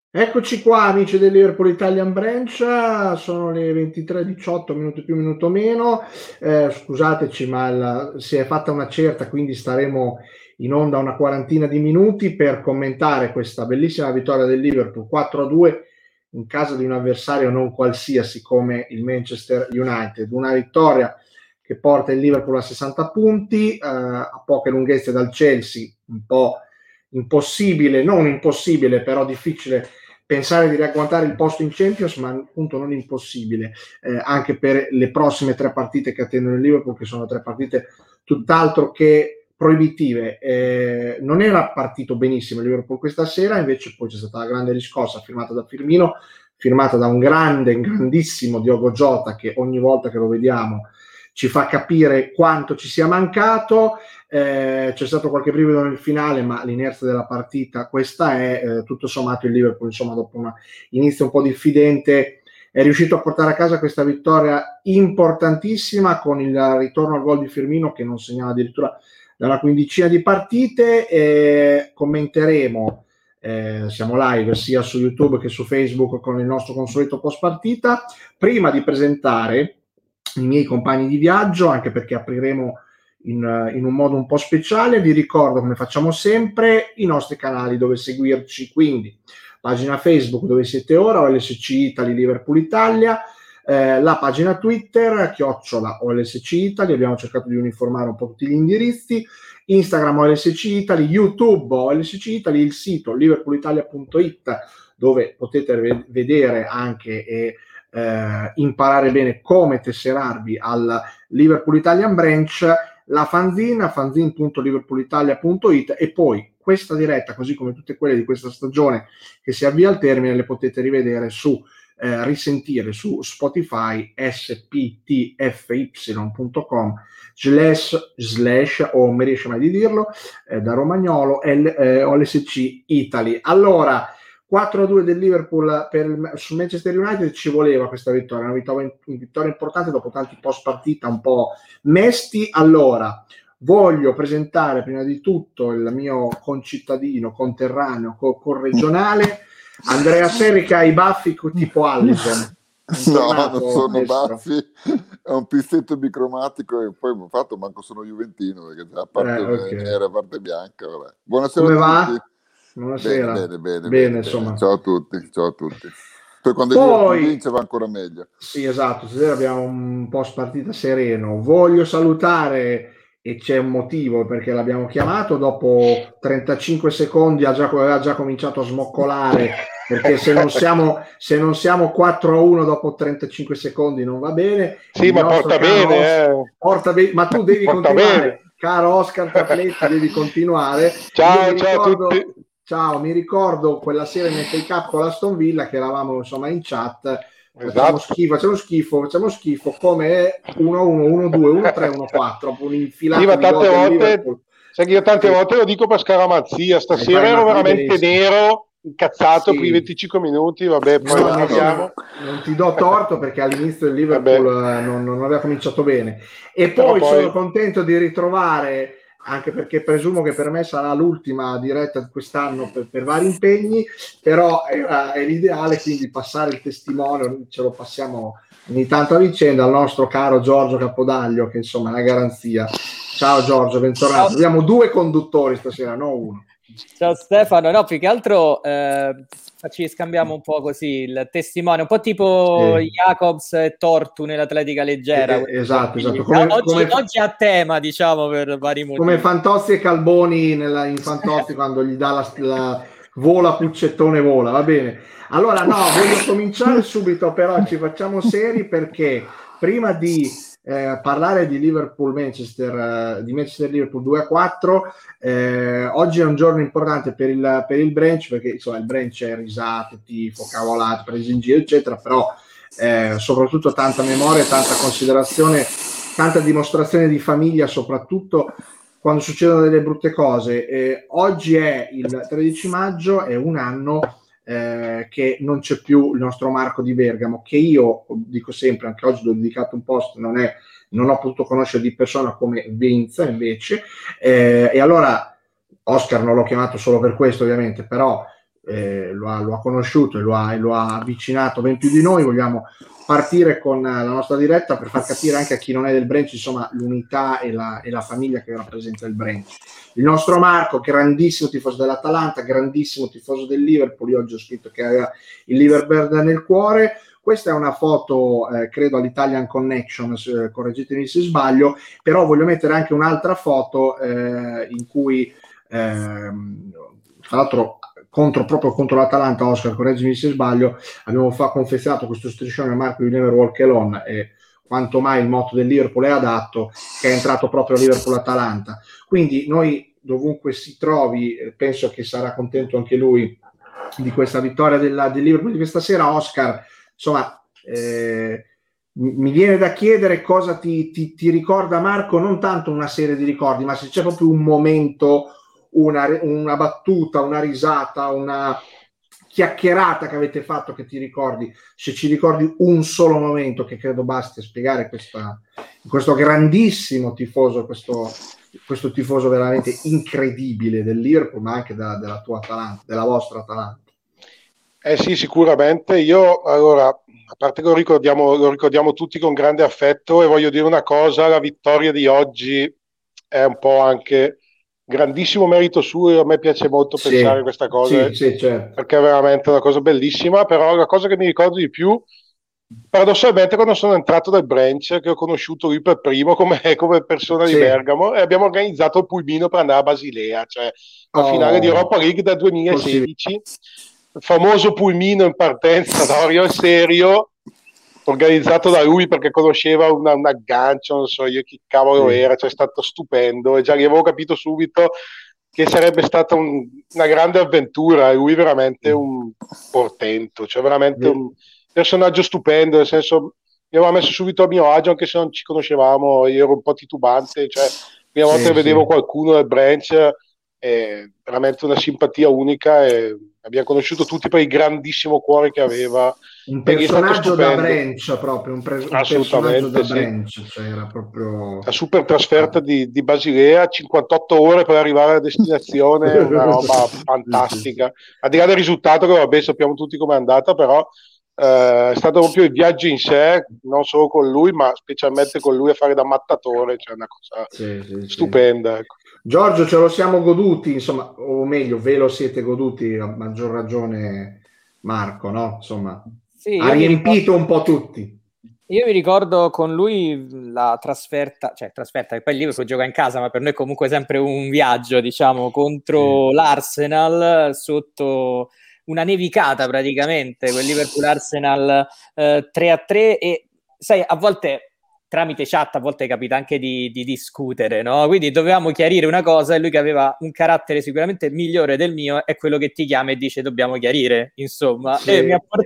Eccoci qua amici del Liverpool Italian Branch, sono le 23:18, minuto più minuto meno, scusateci ma si è fatta una certa, quindi staremo in onda una quarantina di minuti per commentare questa bellissima vittoria del Liverpool 4-2 in casa di un avversario non qualsiasi come il Manchester United, una vittoria che porta il Liverpool a 60 punti, a poche lunghezze dal Chelsea, un po' impossibile, non impossibile però difficile pensare di riagguantare il posto in Champions, ma appunto non impossibile, anche per le prossime 3 partite che attendono il Liverpool, che sono 3 partite tutt'altro che proibitive. Non era partito benissimo il Liverpool questa sera, invece poi c'è stata la grande riscossa firmata da Firmino, firmata da un grandissimo Diogo Jota, che ogni volta che lo vediamo ci fa capire quanto ci sia mancato. C'è stato qualche brivido nel finale, ma l'inerzia della partita questa è. Tutto sommato il Liverpool, insomma, dopo un inizio un po' diffidente, è riuscito a portare a casa questa vittoria importantissima con il ritorno al gol di Firmino, che non segnava addirittura da una quindicina di partite. Commenteremo, siamo live sia su YouTube che su Facebook con il nostro consueto post partita. Prima di presentare i miei compagni di viaggio, anche perché apriremo in un modo un po' speciale, vi ricordo, come facciamo sempre, i nostri canali dove seguirci, quindi pagina Facebook dove siete ora, OLSC Italy Liverpool Italia, la pagina Twitter @OLSC Italy, abbiamo cercato di uniformare un po' tutti gli indirizzi, Instagram OLSC Italy, YouTube OLSC Italy, il sito liverpoolitalia.it dove potete vedere anche e imparare bene come tesserarvi al Liverpool Italian Branch, la fanzine.liverpoolitalia.it, e poi questa diretta, così come tutte quelle di questa stagione che si avvia al termine, le potete rivedere risentire su Spotify, sptfy.com / o mi riesce mai di dirlo, da romagnolo, OLSC Italy. Allora, 4-2 del Liverpool sul Manchester United, ci voleva questa vittoria, una vittoria importante dopo tanti post partita un po' mesti. Allora, voglio presentare prima di tutto il mio concittadino, conterraneo, corregionale, Andrea Serri, che ha i baffi tipo Allison. No, non sono baffi, è un pizzetto bicromatico e poi fatto manco sono juventino perché già a parte nera, a parte bianca. Vabbè. Buonasera come a tutti. va? Buonasera. Bene, Insomma. Ciao a tutti. Poi quando il Liverpool vince va ancora meglio. Sì, esatto, stasera abbiamo un post partita sereno. Voglio salutare, e c'è un motivo perché l'abbiamo chiamato, dopo 35 secondi aveva già cominciato a smoccolare, perché se non siamo 4-1 dopo 35 secondi non va bene. Sì, ma porta bene, ma tu devi continuare, bene. Caro Oscar Tapletti, devi continuare. Ciao a tutti. Ciao, mi ricordo quella sera in FA Cup con l'Aston Villa che eravamo insomma in chat. Esatto. Facciamo schifo come 1-1, 1-2, 1-3, 1-4, un'infilata sì, ma di gol del Liverpool. Sai che io tante volte lo dico per scaramanzia, stasera ero veramente nero, incazzato per i 25 minuti, vabbè, poi non ti do torto perché all'inizio il Liverpool non aveva cominciato bene, e poi sono contento di ritrovare, anche perché presumo che per me sarà l'ultima diretta quest'anno per vari impegni, però è l'ideale, quindi passare il testimone, ce lo passiamo ogni tanto a vicenda, al nostro caro Giorgio Capodaglio, che insomma è una garanzia. Ciao Giorgio, bentornato. Ciao. Abbiamo 2 conduttori stasera, no uno. Ciao Stefano, no, più che altro ci scambiamo un po' così il testimone, un po' tipo Jacobs e Tortu nell'atletica leggera. Esatto. Oggi a tema, diciamo, per vari motivi. Come Fantozzi e Calboni in Fantozzi quando gli dà la vola Puccettone vola, va bene. Allora no, voglio cominciare subito, però ci facciamo seri, perché prima di parlare di Liverpool-Manchester, di Manchester-Liverpool 2-4, oggi è un giorno importante per il branch, perché insomma il branch è risate, tifo, cavolate, prese in giro, eccetera, però soprattutto tanta memoria, tanta considerazione, tanta dimostrazione di famiglia, soprattutto quando succedono delle brutte cose. Oggi è il 13 maggio, è un anno che non c'è più il nostro Marco di Bergamo, che io dico sempre, anche oggi l'ho dedicato un post, non ho potuto conoscere di persona come Vinza invece, e allora Oscar non l'ho chiamato solo per questo ovviamente, però lo ha conosciuto e lo ha avvicinato ben più di noi. Vogliamo partire con la nostra diretta per far capire anche a chi non è del Branch, insomma, l'unità e la famiglia che rappresenta il Branch. Il nostro Marco, grandissimo tifoso dell'Atalanta, grandissimo tifoso del Liverpool. Io oggi ho scritto che aveva il Liverpool nel cuore. Questa è una foto, credo, all'Italian Connection, correggetemi se sbaglio, però voglio mettere anche un'altra foto in cui, tra l'altro, proprio contro l'Atalanta, Oscar, correggimi se sbaglio, abbiamo confezionato questo striscione a Marco di Never Walk Alone, e quanto mai il motto del Liverpool è adatto, che è entrato proprio a Liverpool-Atalanta. Quindi noi, dovunque si trovi, penso che sarà contento anche lui di questa vittoria del Liverpool di questa sera. Oscar, insomma, mi viene da chiedere cosa ti ricorda, Marco, non tanto una serie di ricordi, ma se c'è proprio un momento, una battuta, una risata, una chiacchierata che avete fatto che ti ricordi, se ci ricordi un solo momento, che credo basti a spiegare questo grandissimo tifoso, questo tifoso veramente incredibile del Liverpool, ma anche della tua Atalanta, della vostra Atalanta. Sì, sicuramente. Io, allora, a parte che lo ricordiamo tutti con grande affetto, e voglio dire una cosa: la vittoria di oggi è un po' anche grandissimo merito suo, e a me piace molto pensare questa cosa, certo, perché è veramente una cosa bellissima. Però la cosa che mi ricordo di più, paradossalmente, quando sono entrato nel Branch, che ho conosciuto lui per primo come persona di Bergamo, e abbiamo organizzato il pulmino per andare a Basilea, cioè la finale di Europa League del 2016, il famoso pulmino in partenza da Orio al Serio, organizzato da lui perché conosceva un aggancio, non so io chi cavolo era, cioè è stato stupendo, e già lì avevo capito subito che sarebbe stata una grande avventura. E lui veramente un portento, cioè veramente un personaggio stupendo, nel senso, mi aveva messo subito a mio agio, anche se non ci conoscevamo. Io ero un po' titubante, cioè la prima volta che vedevo qualcuno del Branch, veramente una simpatia unica, e abbiamo conosciuto tutti per il grandissimo cuore che aveva. Un personaggio da Branch, proprio un personaggio da Branch, cioè era proprio la super trasferta di Basilea, 58 ore per arrivare alla destinazione, una roba fantastica. Al di là del risultato, che vabbè, sappiamo tutti com'è andata, però è stato proprio il viaggio in sé, non solo con lui, ma specialmente con lui a fare da mattatore, cioè una cosa stupenda. Ecco. Giorgio, ce lo siamo goduti, insomma, o meglio, ve lo siete goduti, a maggior ragione Marco, no? Insomma, ha riempito un po' tutti. Io mi ricordo con lui la trasferta, che poi il Liverpool gioca in casa, ma per noi è comunque sempre un viaggio, diciamo, contro l'Arsenal, sotto una nevicata praticamente, quel Liverpool-Arsenal 3-3, e sai, a volte tramite chat a volte capita anche di discutere, no? Quindi dovevamo chiarire una cosa, e lui, che aveva un carattere sicuramente migliore del mio, è quello che ti chiama e dice dobbiamo chiarire, insomma. E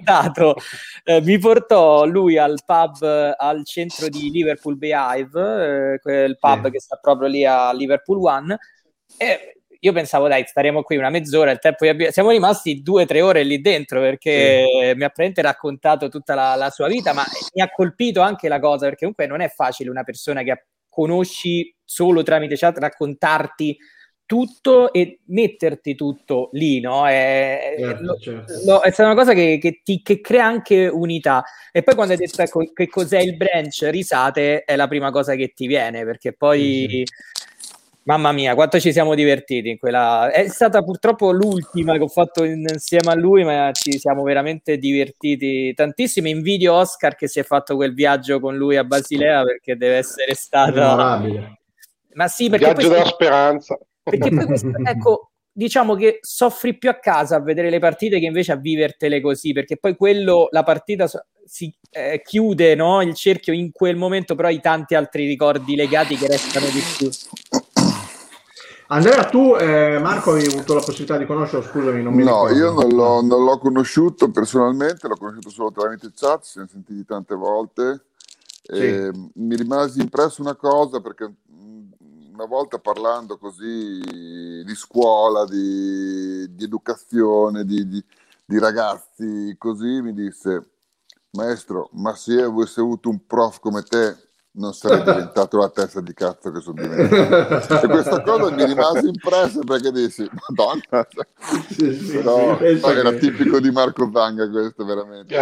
mi portò lui al pub al centro di Liverpool Beehive, quel pub che sta proprio lì a Liverpool One, e io pensavo, dai, staremo qui una mezz'ora, il tempo siamo rimasti 2-3 ore lì dentro, perché mi ha praticamente raccontato tutta la sua vita, ma mi ha colpito anche la cosa, perché comunque non è facile una persona che conosci solo tramite chat raccontarti tutto e metterti tutto lì, no? È stata una cosa che crea anche unità. E poi quando hai detto, ecco, che cos'è il Branch, risate è la prima cosa che ti viene, perché poi mamma mia, quanto ci siamo divertiti in quella. È stata purtroppo l'ultima che ho fatto insieme a lui, ma ci siamo veramente divertiti tantissimo. Invidio Oscar che si è fatto quel viaggio con lui a Basilea, perché deve essere stata memorabile. Ma sì, perché viaggio della speranza. Perché poi questo, ecco, diciamo che soffri più a casa a vedere le partite che invece a vivertele così, perché poi la partita si chiude, no? Il cerchio in quel momento, però hai tanti altri ricordi legati che restano di più. Andrea, tu, Marco, avevi avuto la possibilità di conoscerlo? Scusami, non mi ricordo. No, io non l'ho conosciuto personalmente, l'ho conosciuto solo tramite chat, ci siamo sentiti tante volte. Mi rimase impresso una cosa, perché una volta, parlando così di scuola, di educazione, di ragazzi, così mi disse: maestro, ma se io avessi avuto un prof come te non sarei diventato la testa di cazzo che sono diventato. E questa cosa mi rimase impressa, perché dici, Madonna, però era tipico di Marco Zanga questo, veramente.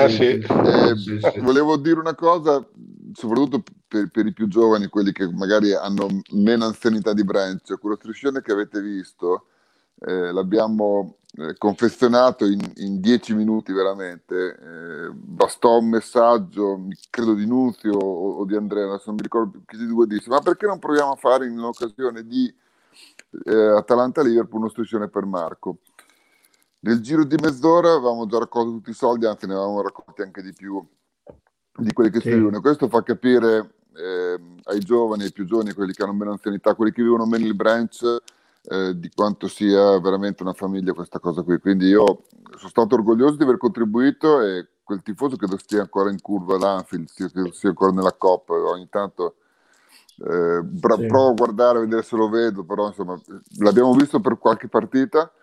Volevo dire una cosa, soprattutto per i più giovani, quelli che magari hanno meno anzianità di Branch. Quello striscione che avete visto, l'abbiamo confezionato in 10 minuti veramente. Bastò un messaggio, credo di Nunzio o di Andrea, adesso non mi ricordo chi di due disse: ma perché non proviamo a fare in un'occasione di Atalanta-Liverpool uno striscione per Marco? Nel giro di mezz'ora avevamo già raccolto tutti i soldi, anzi ne avevamo raccolti anche di più di quelli che scrivono. Questo fa capire ai giovani, ai più giovani, quelli che hanno meno anzianità, quelli che vivono meno il Branch, di quanto sia veramente una famiglia questa cosa qui. Quindi io sono stato orgoglioso di aver contribuito, e quel tifoso credo stia ancora in curva ad Anfield, sia ancora nella Coppa. Ogni tanto provo a guardare, a vedere se lo vedo, però insomma l'abbiamo visto per qualche partita,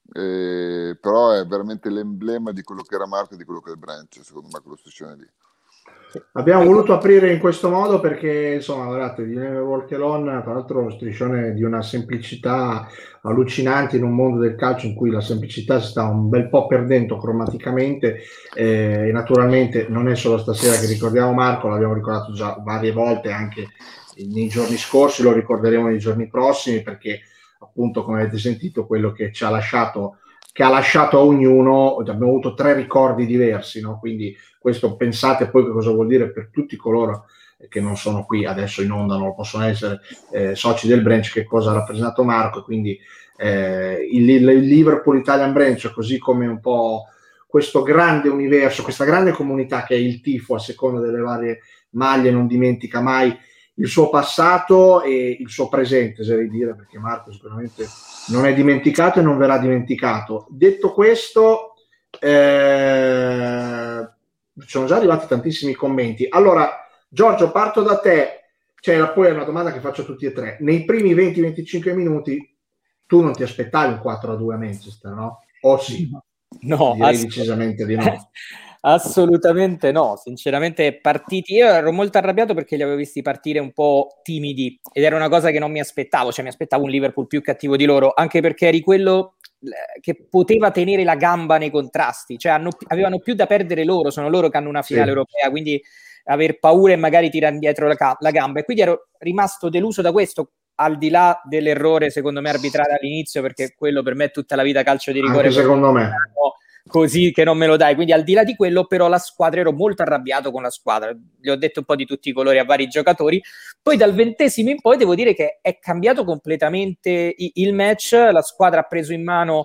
però è veramente l'emblema di quello che era Marco e di quello che è il Branch, secondo me, quello striscione lì. Abbiamo voluto aprire in questo modo perché, insomma, guardate, di Never Walk Alone, tra l'altro, uno striscione di una semplicità allucinante in un mondo del calcio in cui la semplicità si sta un bel po' perdendo cromaticamente, e naturalmente non è solo stasera che ricordiamo Marco, l'abbiamo ricordato già varie volte anche nei giorni scorsi, lo ricorderemo nei giorni prossimi, perché appunto, come avete sentito, quello che ci ha lasciato, che ha lasciato a ognuno, abbiamo avuto 3 ricordi diversi, no? Quindi questo, pensate poi che cosa vuol dire per tutti coloro che non sono qui adesso in onda, non possono essere soci del Branch, che cosa ha rappresentato Marco. Quindi il Liverpool Italian Branch, così come un po' questo grande universo, questa grande comunità che è il tifo a seconda delle varie maglie, non dimentica mai il suo passato e il suo presente, oserei dire, perché Marco sicuramente non è dimenticato e non verrà dimenticato. Detto questo, sono già arrivati tantissimi commenti. Allora, Giorgio, parto da te. Poi è una domanda che faccio a tutti e tre. Nei primi 20-25 minuti tu non ti aspettavi un 4-2 a Manchester, no? O sì? No, direi decisamente di no. Assolutamente no, sinceramente partiti, io ero molto arrabbiato perché li avevo visti partire un po' timidi ed era una cosa che non mi aspettavo, cioè mi aspettavo un Liverpool più cattivo di loro, anche perché eri quello che poteva tenere la gamba nei contrasti, cioè avevano più da perdere loro, sono loro che hanno una finale europea, quindi aver paura e magari tirare indietro la gamba, e quindi ero rimasto deluso da questo, al di là dell'errore secondo me arbitrale all'inizio, perché quello per me è tutta la vita calcio di rigore, anche secondo me così che non me lo dai, quindi al di là di quello, però la squadra, ero molto arrabbiato con la squadra, gli ho detto un po' di tutti i colori a vari giocatori. Poi dal 20° in poi devo dire che è cambiato completamente il match, la squadra ha preso in mano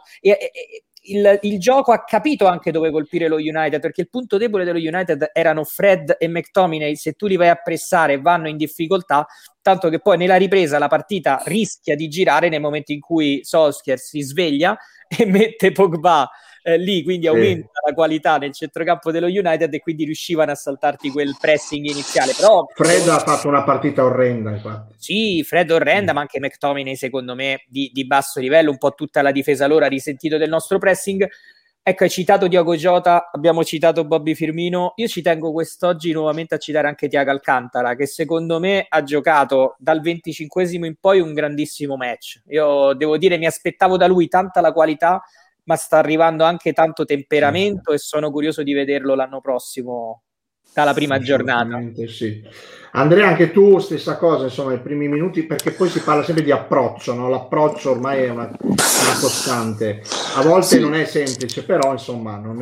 il gioco, ha capito anche dove colpire lo United, perché il punto debole dello United erano Fred e McTominay. Se tu li vai a pressare vanno in difficoltà, tanto che poi nella ripresa la partita rischia di girare nel momento in cui Solskjaer si sveglia e mette Pogba lì, quindi aumenta la qualità nel centrocampo dello United e quindi riuscivano a saltarti quel pressing iniziale. Però Fred ha fatto una partita orrenda, infatti. Sì, Fred orrenda, ma anche McTominay secondo me di basso livello, un po' tutta la difesa loro ha risentito del nostro pressing. Ecco, hai citato Diogo Jota, abbiamo citato Bobby Firmino, io ci tengo quest'oggi nuovamente a citare anche Thiago Alcantara, che secondo me ha giocato dal 25° in poi un grandissimo match. Io devo dire, mi aspettavo da lui tanta la qualità, ma sta arrivando anche tanto temperamento, e sono curioso di vederlo l'anno prossimo dalla prima giornata. Sì. Andrea, anche tu stessa cosa, insomma, i primi minuti, perché poi si parla sempre di approccio, no? L'approccio ormai è una costante, a volte non è semplice, però insomma non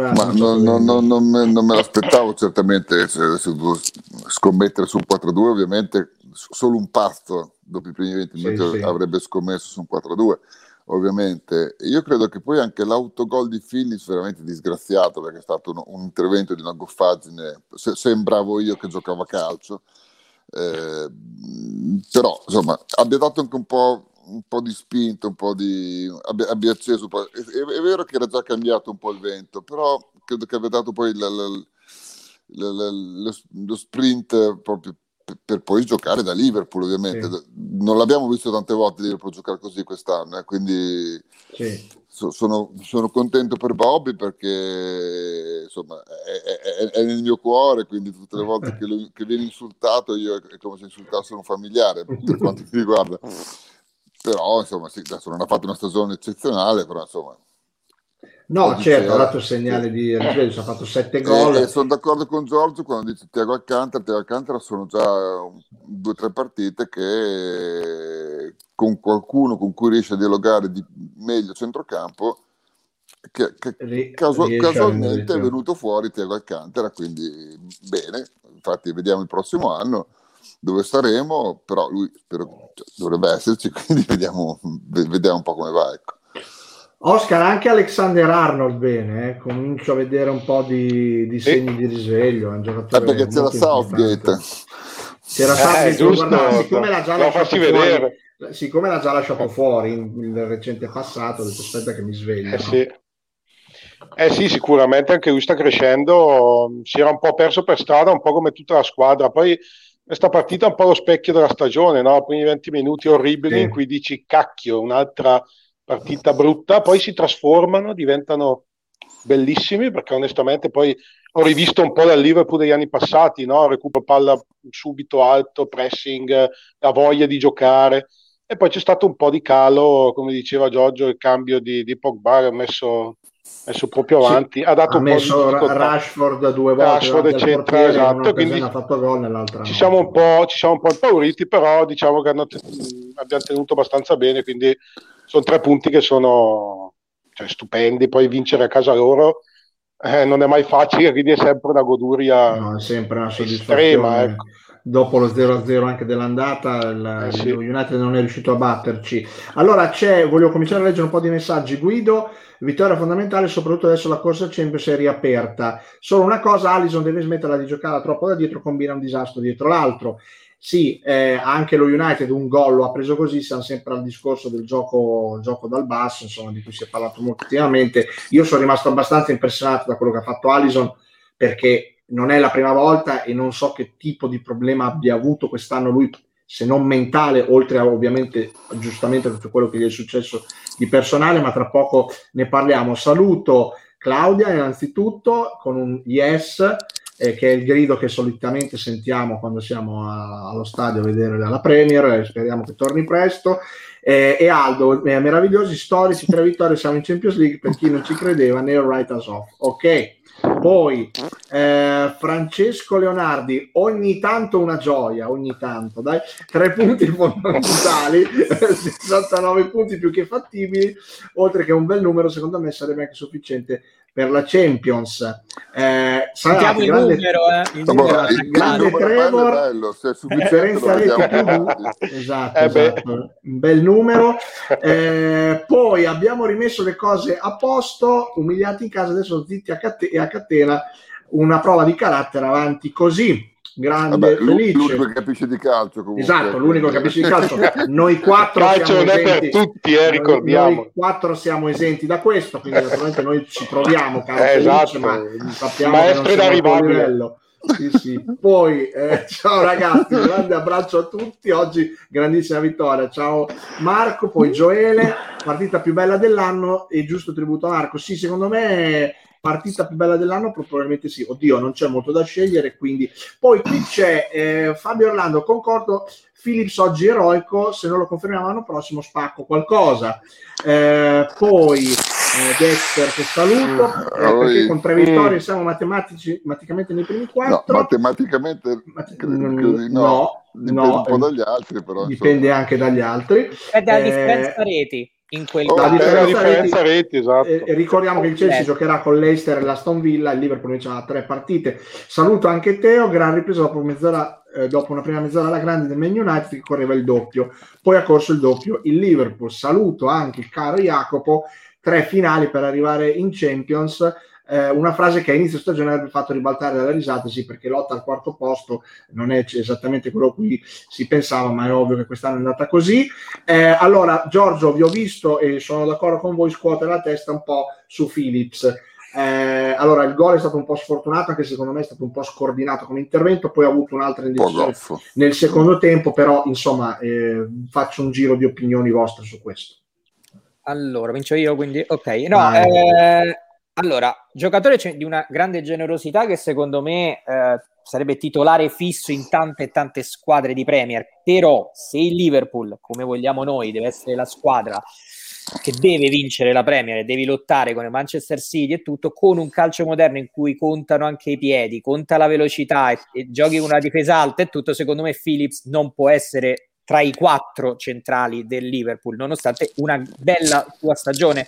me l'aspettavo certamente. Se dovevo scommettere su un 4-2, ovviamente solo un pazzo dopo i primi 20 minuti avrebbe scommesso su un 4-2, ovviamente. Io credo che poi anche l'autogol di Phillips veramente disgraziato, perché è stato un intervento di una goffaggine, sembravo io che giocavo a calcio, però insomma abbia dato anche un po' di spinta, abbia acceso un po'. È vero che era già cambiato un po' il vento, però credo che abbia dato poi lo sprint proprio per poi giocare da Liverpool, ovviamente. Sì. Non l'abbiamo visto tante volte Liverpool giocare così quest'anno, quindi Sì. sono contento per Bobby, perché insomma è nel mio cuore, quindi tutte le volte che viene insultato io è come se insultasse un familiare per quanto mi riguarda. Però insomma sì, adesso non ha fatto una stagione eccezionale, però insomma no, certo, ha dato segnale di risveglio, ha fatto 7 gol. E sono d'accordo con Giorgio quando dice Thiago Alcantara sono già 2 o 3 partite che con qualcuno con cui riesce a dialogare meglio a centrocampo, che casualmente è venuto fuori Thiago Alcantara, quindi bene, infatti vediamo il prossimo anno dove saremo, però lui spero dovrebbe esserci, quindi vediamo un po' come va, ecco. Oscar, anche Alexander Arnold bene, comincio a vedere un po' di segni di risveglio, è un giocatore perché c'era Southgate. Guarda, siccome l'ha già lasciato fuori, siccome l'ha già lasciato fuori nel recente passato, ho detto aspetta che mi sveglio. Sì, sicuramente anche lui sta crescendo, si era un po' perso per strada, un po' come tutta la squadra. Poi questa partita è un po' lo specchio della stagione, no? I primi 20 minuti orribili in cui dici cacchio, un'altra partita brutta, poi si trasformano, diventano bellissimi, perché onestamente poi ho rivisto un po' dal Liverpool degli anni passati, no? Recupero palla subito alto, pressing, la voglia di giocare, e poi c'è stato un po' di calo, come diceva Giorgio, il cambio di Pogba, ha messo proprio avanti, ha dato un po' di difficoltà. Rashford 2 volte davanti al portiere, esatto, quindi ha fatto gol, nell'altra ci siamo un po' impauriti, però diciamo che abbiamo tenuto abbastanza bene, quindi sono 3 punti che sono stupendi. Poi vincere a casa loro non è mai facile, quindi è sempre una goduria, no, è sempre una soddisfazione estrema, ecco. Dopo lo 0-0 anche dell'andata, lo United non è riuscito a batterci. Allora voglio cominciare a leggere un po' di messaggi. Guido, vittoria fondamentale, soprattutto adesso la corsa Champions è riaperta. Solo una cosa, Alisson deve smetterla di giocare troppo da dietro, combina un disastro dietro l'altro. Sì, anche lo United un gol lo ha preso così, siamo sempre al discorso del gioco dal basso, insomma, di cui si è parlato molto ultimamente. Io sono rimasto abbastanza impressionato da quello che ha fatto Alisson, perché non è la prima volta e non so che tipo di problema abbia avuto quest'anno lui, se non mentale, oltre a ovviamente giustamente tutto quello che gli è successo di personale, ma tra poco ne parliamo. Saluto Claudia innanzitutto con un yes, che è il grido che solitamente sentiamo quando siamo allo stadio a vedere la Premier, speriamo che torni presto. E Aldo, meravigliosi, storici 3 vittorie, siamo in Champions League, per chi non ci credeva, ne right us off. Ok. Poi Francesco Leonardi, ogni tanto una gioia, ogni tanto, dai, 3 punti fondamentali, 69 punti più che fattibili, oltre che un bel numero, secondo me sarebbe anche sufficiente per la Champions. Sentiamo il numero, grande Trevor, bello, se è differenza reti più esatto, un bel numero. Poi abbiamo rimesso le cose a posto, umiliati in casa, adesso zitti e a catena, una prova di carattere avanti così. Grande, felice. L'unico che capisce di calcio comunque. Esatto, l'unico che capisce di calcio. Noi 4 calcio siamo non esenti, è per tutti, ricordiamo. Noi 4 siamo esenti da questo, quindi naturalmente noi ci proviamo, caro esatto. Felice, ma sappiamo che non siamo a quel livello. Sì. Poi ciao ragazzi, grande abbraccio a tutti, oggi grandissima vittoria, ciao Marco. Poi Gioele, partita più bella dell'anno, e giusto tributo a Marco. Sì, secondo me partita più bella dell'anno probabilmente sì, oddio non c'è molto da scegliere, quindi poi qui c'è Fabio Orlando, concordo, Philips oggi eroico, se non lo confermiamo l'anno prossimo spacco qualcosa. Poi Dexter che saluto, perché con 3 vittorie siamo matematicamente nei primi 4. No, matematicamente credo di no, dipende un po' dagli altri, però dipende anche dagli altri. È da differenza reti. In quel la differenza reti, esatto. Ricordiamo che il Chelsea giocherà con l'Leicester e l'Aston Villa, il Liverpool invece ha 3 partite. Saluto anche Teo, gran ripresa dopo una prima mezz'ora alla grande del Man United che correva il doppio, poi ha corso il doppio il Liverpool. Saluto anche il caro Jacopo, 3 finali per arrivare in Champions. Una frase che a inizio stagione avrebbe fatto ribaltare dalle risate, sì, perché lotta al 4º posto non è esattamente quello a cui si pensava, ma è ovvio che quest'anno è andata così. Allora Giorgio, vi ho visto e sono d'accordo con voi, scuotere la testa un po' su Philips. Allora, il gol è stato un po' sfortunato, anche secondo me è stato un po' scordinato come intervento, poi ha avuto un'altra indecisione nel secondo tempo, però insomma faccio un giro di opinioni vostre su questo. Allora, vincio io, quindi ok. No, allora, giocatore di una grande generosità che secondo me sarebbe titolare fisso in tante e tante squadre di Premier, però se il Liverpool, come vogliamo noi, deve essere la squadra che deve vincere la Premier e devi lottare con il Manchester City e tutto, con un calcio moderno in cui contano anche i piedi, conta la velocità e giochi con una difesa alta e tutto, secondo me Phillips non può essere tra i 4 centrali del Liverpool, nonostante una bella sua stagione.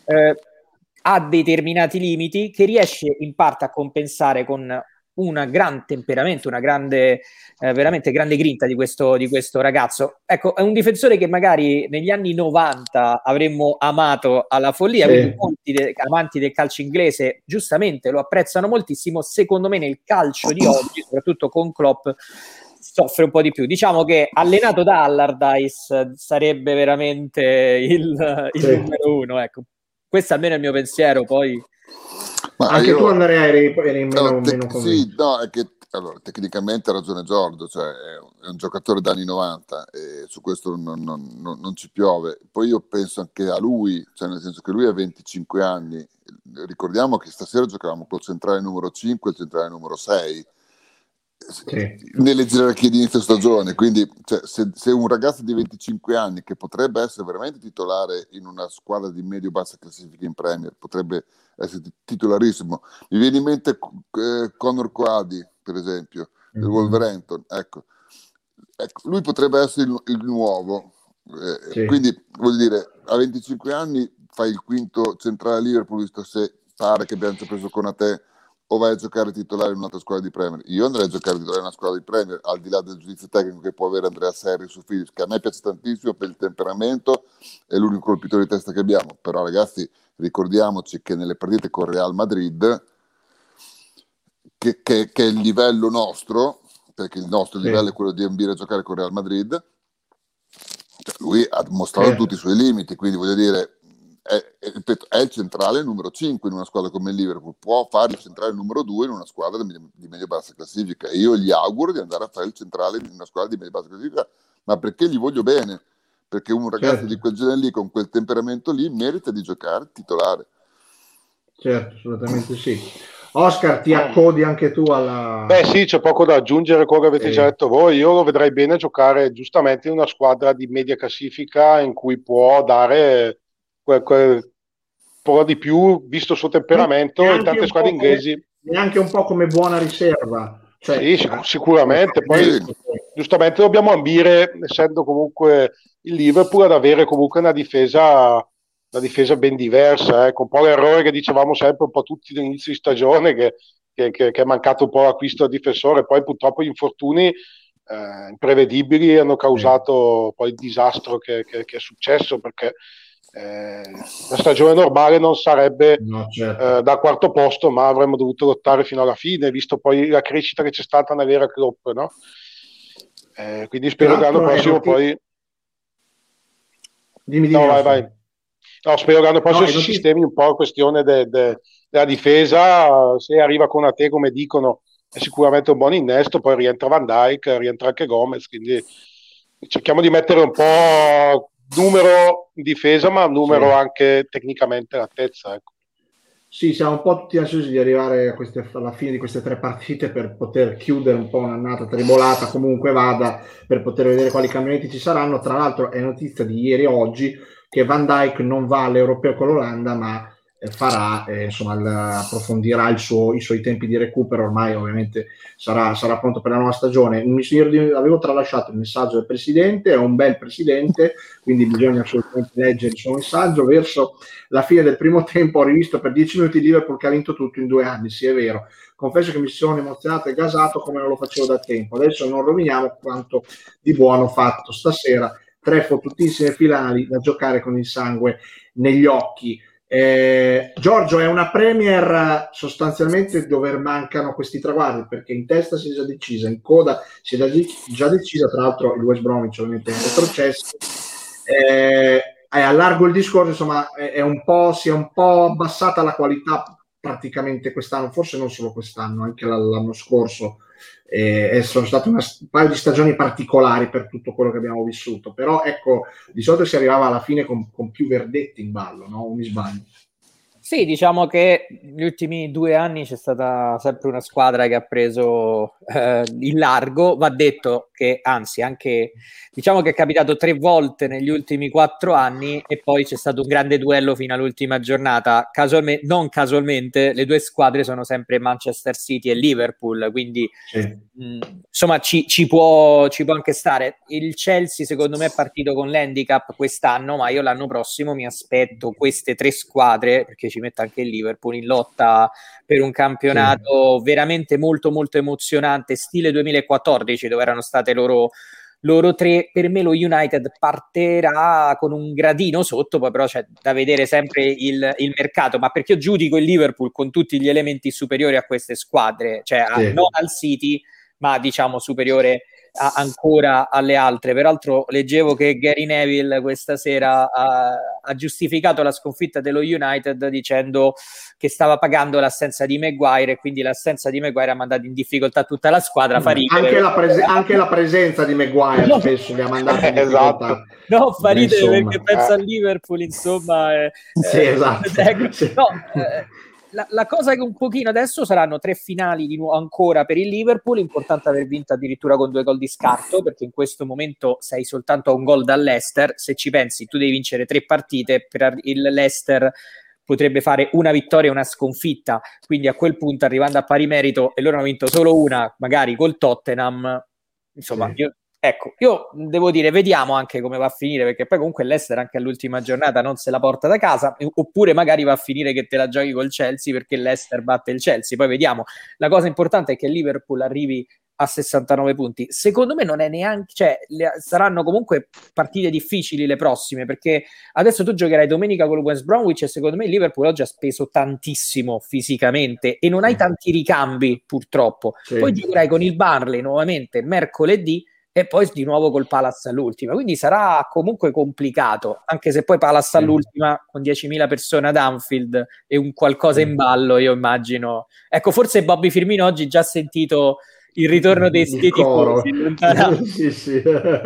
Ha determinati limiti che riesce in parte a compensare con un gran temperamento, una grande, veramente grande grinta di questo ragazzo. Ecco, è un difensore che magari negli anni 90 avremmo amato alla follia, quindi molti amanti del calcio inglese giustamente lo apprezzano moltissimo. Secondo me nel calcio di oggi, soprattutto con Klopp, soffre un po' di più. Diciamo che allenato da Allardyce sarebbe veramente il numero uno, ecco. Questo almeno è il mio pensiero, poi... Ma anche tu, Andrea, eri meno convinto. Sì, no, è che allora, tecnicamente ha ragione Giorgio, cioè è un giocatore d'anni 90 e su questo non ci piove. Poi io penso anche a lui, cioè nel senso che lui ha 25 anni, ricordiamo che stasera giocavamo col centrale numero 5 e il centrale numero 6 nelle gerarchie di inizio stagione, quindi cioè, se un ragazzo di 25 anni che potrebbe essere veramente titolare in una squadra di medio-bassa classifica in Premier, potrebbe essere titolarissimo. Mi viene in mente Conor Coady, per esempio, del Wolverhampton, ecco, lui potrebbe essere il nuovo, quindi voglio dire, a 25 anni fai il quinto centrale Liverpool, visto se pare che abbiamo già preso Konaté, o vai a giocare titolare in un'altra squadra di Premier. Io andrei a giocare titolare in una squadra di Premier, al di là del giudizio tecnico che può avere Andrea Serri su Phillips, che a me piace tantissimo per il temperamento, è l'unico colpitore di testa che abbiamo. Però ragazzi, ricordiamoci che nelle partite con Real Madrid, che è il livello nostro, perché il nostro livello è quello di ambire a giocare con Real Madrid, cioè lui ha mostrato tutti i suoi limiti, quindi voglio dire, è il centrale numero 5 in una squadra come il Liverpool, può fare il centrale numero 2 in una squadra di medio-bassa classifica, e io gli auguro di andare a fare il centrale in una squadra di medio-bassa classifica, ma perché gli voglio bene, perché un ragazzo di quel genere lì, con quel temperamento lì, merita di giocare titolare. Certo, assolutamente sì. Oscar, ti accodi anche tu alla... Beh sì, c'è poco da aggiungere a quello che avete già detto voi. Io lo vedrei bene giocare giustamente in una squadra di media classifica in cui può dare quel po' di più, visto il suo temperamento, in tante squadre inglesi. Neanche un po' come buona riserva. Cioè, sì, sicuramente. Poi giustamente dobbiamo ambire, essendo comunque il Liverpool, ad avere comunque una difesa ben diversa, con un po' l'errore che dicevamo sempre un po' tutti all'inizio di stagione, che è mancato un po' l'acquisto del difensore. Poi purtroppo gli infortuni imprevedibili hanno causato poi il disastro che è successo, perché la stagione normale non sarebbe da quarto posto, ma avremmo dovuto lottare fino alla fine, visto poi la crescita che c'è stata nell'era Klopp, no? Quindi spero che l'anno prossimo poi... Vai. No, spero che l'anno prossimo si sistemi un po' la questione della difesa. Se arriva con Konaté, come dicono, è sicuramente un buon innesto, poi rientra Van Dijk, rientra anche Gomez, quindi cerchiamo di mettere un po' numero in difesa, ma numero anche tecnicamente all'altezza, ecco. Sì, siamo un po' tutti ansiosi di arrivare alla fine di queste 3 partite per poter chiudere un po' un'annata tribolata, comunque vada, per poter vedere quali cambiamenti ci saranno. Tra l'altro è notizia di ieri e oggi che Van Dijk non va all'Europeo con l'Olanda, ma farà, approfondirà i suoi tempi di recupero. Ormai ovviamente sarà pronto per la nuova stagione. Avevo tralasciato il messaggio del presidente, è un bel presidente, quindi bisogna assolutamente leggere il suo messaggio. Verso la fine del primo tempo ho rivisto per 10 minuti il Liverpool che ha vinto tutto in 2 anni, sì è vero. Confesso che mi sono emozionato e gasato come non lo facevo da tempo. Adesso non roviniamo quanto di buono fatto stasera. 3 fottutissime finali da giocare con il sangue negli occhi. Giorgio, è una Premier sostanzialmente dove mancano questi traguardi, perché in testa si è già decisa, in coda si è già decisa, tra l'altro il West Bromwich ovviamente è in retrocesso. Allargo il discorso, insomma si è un po' abbassata la qualità praticamente quest'anno, forse non solo quest'anno, anche l'anno scorso, sono state un paio di stagioni particolari per tutto quello che abbiamo vissuto, però ecco, di solito si arrivava alla fine con più verdetti in ballo, no? O mi sbaglio? Sì, diciamo che negli ultimi 2 anni c'è stata sempre una squadra che ha preso il largo. Va detto che, anzi, anche diciamo che è capitato 3 volte negli ultimi 4 anni, e poi c'è stato un grande duello fino all'ultima giornata. Non casualmente, le due squadre sono sempre Manchester City e Liverpool, quindi Sì. Insomma ci può anche stare. Il Chelsea secondo me è partito con l'handicap quest'anno, ma io l'anno prossimo mi aspetto queste 3 squadre, perché ci metto anche il Liverpool, in lotta per un campionato veramente molto molto emozionante, stile 2014, dove erano state loro 3. Per me lo United partirà con un gradino sotto, poi però c'è da vedere sempre il mercato, ma perché io giudico il Liverpool con tutti gli elementi superiori a queste squadre, cioè non al City, ma diciamo superiore ancora alle altre. Peraltro leggevo che Gary Neville questa sera ha giustificato la sconfitta dello United dicendo che stava pagando l'assenza di Maguire, e quindi l'assenza di Maguire ha mandato in difficoltà tutta la squadra. Fa ridere, anche la presenza di Maguire spesso li ha mandati in difficoltà. Esatto. No, fa ridere perché pensa al Liverpool, insomma. Sì, esatto. No, la cosa che un pochino adesso saranno 3 finali di nuovo ancora per il Liverpool. Importante aver vinto addirittura con 2 gol di scarto, perché in questo momento sei soltanto a un gol dall'Leicester. Se ci pensi, tu devi vincere 3 partite, per il Leicester potrebbe fare una vittoria e una sconfitta, quindi a quel punto, arrivando a pari merito, e loro hanno vinto solo una, magari col Tottenham, insomma, sì. Io devo dire, vediamo anche come va a finire, perché poi comunque l'Ester anche all'ultima giornata non se la porta da casa, oppure magari va a finire che te la giochi col Chelsea perché l'Ester batte il Chelsea. Poi vediamo. La cosa importante è che il Liverpool arrivi a 69 punti. Secondo me non è neanche, cioè, saranno comunque partite difficili le prossime, perché adesso tu giocherai domenica con il West Bromwich e secondo me il Liverpool oggi ha speso tantissimo fisicamente e non hai tanti ricambi, purtroppo. Poi giocherai con il Burnley nuovamente mercoledì e poi di nuovo col Palace all'ultima, quindi sarà comunque complicato, anche se poi Palace all'ultima con 10.000 persone ad Anfield e un qualcosa in ballo, io immagino. Ecco, forse Bobby Firmino oggi già ha sentito il ritorno dei tifosi. Sì.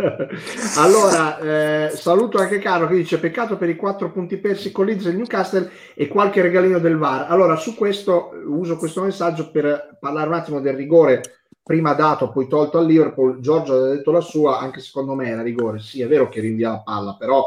Allora, saluto anche Carlo che dice: peccato per i 4 punti persi con Leeds e Newcastle e qualche regalino del VAR. Allora, su questo uso questo messaggio per parlare un attimo del rigore prima dato poi tolto al Liverpool. Giorgio ha detto la sua, anche secondo me era rigore. Sì, è vero che rinvia la palla, però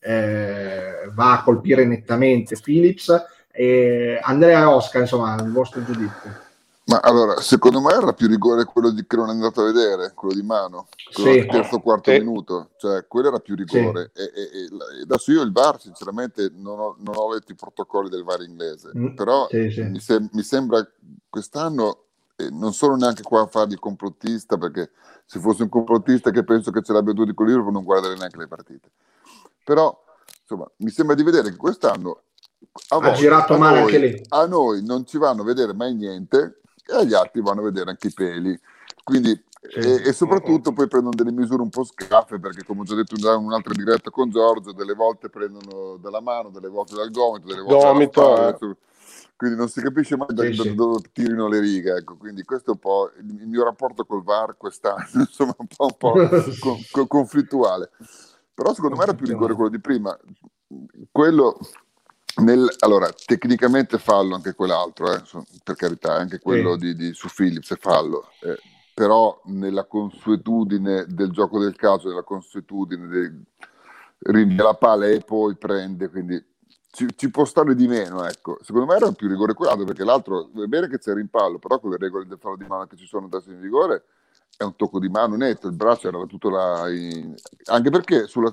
va a colpire nettamente Phillips. Andrea e Oscar, insomma, il vostro giudizio. Ma allora, secondo me era più rigore quello che non è andato a vedere, quello di mano, quello del terzo quarto minuto, cioè quello era più rigore. E adesso io il VAR sinceramente non ho letto i protocolli del VAR inglese, però mi sembra quest'anno non sono neanche qua a fare il complottista, perché se fosse un complottista che penso che ce l'abbia tutti con l'Europa non guarderei neanche le partite. Però insomma mi sembra di vedere che quest'anno ha girato male anche lì. A noi non ci vanno a vedere mai niente e agli altri vanno a vedere anche i peli, quindi e soprattutto poi prendono delle misure un po' scaffe, perché come ho già detto in un'altra diretta con Giorgio, delle volte prendono dalla mano, delle volte dal gomito, delle volte dalla spalla, quindi non si capisce mai da dove tirino le righe, ecco. Quindi questo è un po' il mio rapporto col VAR quest'anno, insomma un po' conflittuale, però secondo me era più rigore quello di prima, quello allora tecnicamente fallo anche quell'altro, per carità, anche quello su Phillips è fallo, però nella consuetudine del gioco del calcio, nella consuetudine rinvia la palla e poi prende, quindi ci può stare di meno, ecco. Secondo me era più rigore quell'altro, perché l'altro è vero che c'è il rimpallo, però con le regole del fallo di mano che ci sono adesso in vigore è un tocco di mano netto, il braccio era tutto là anche perché su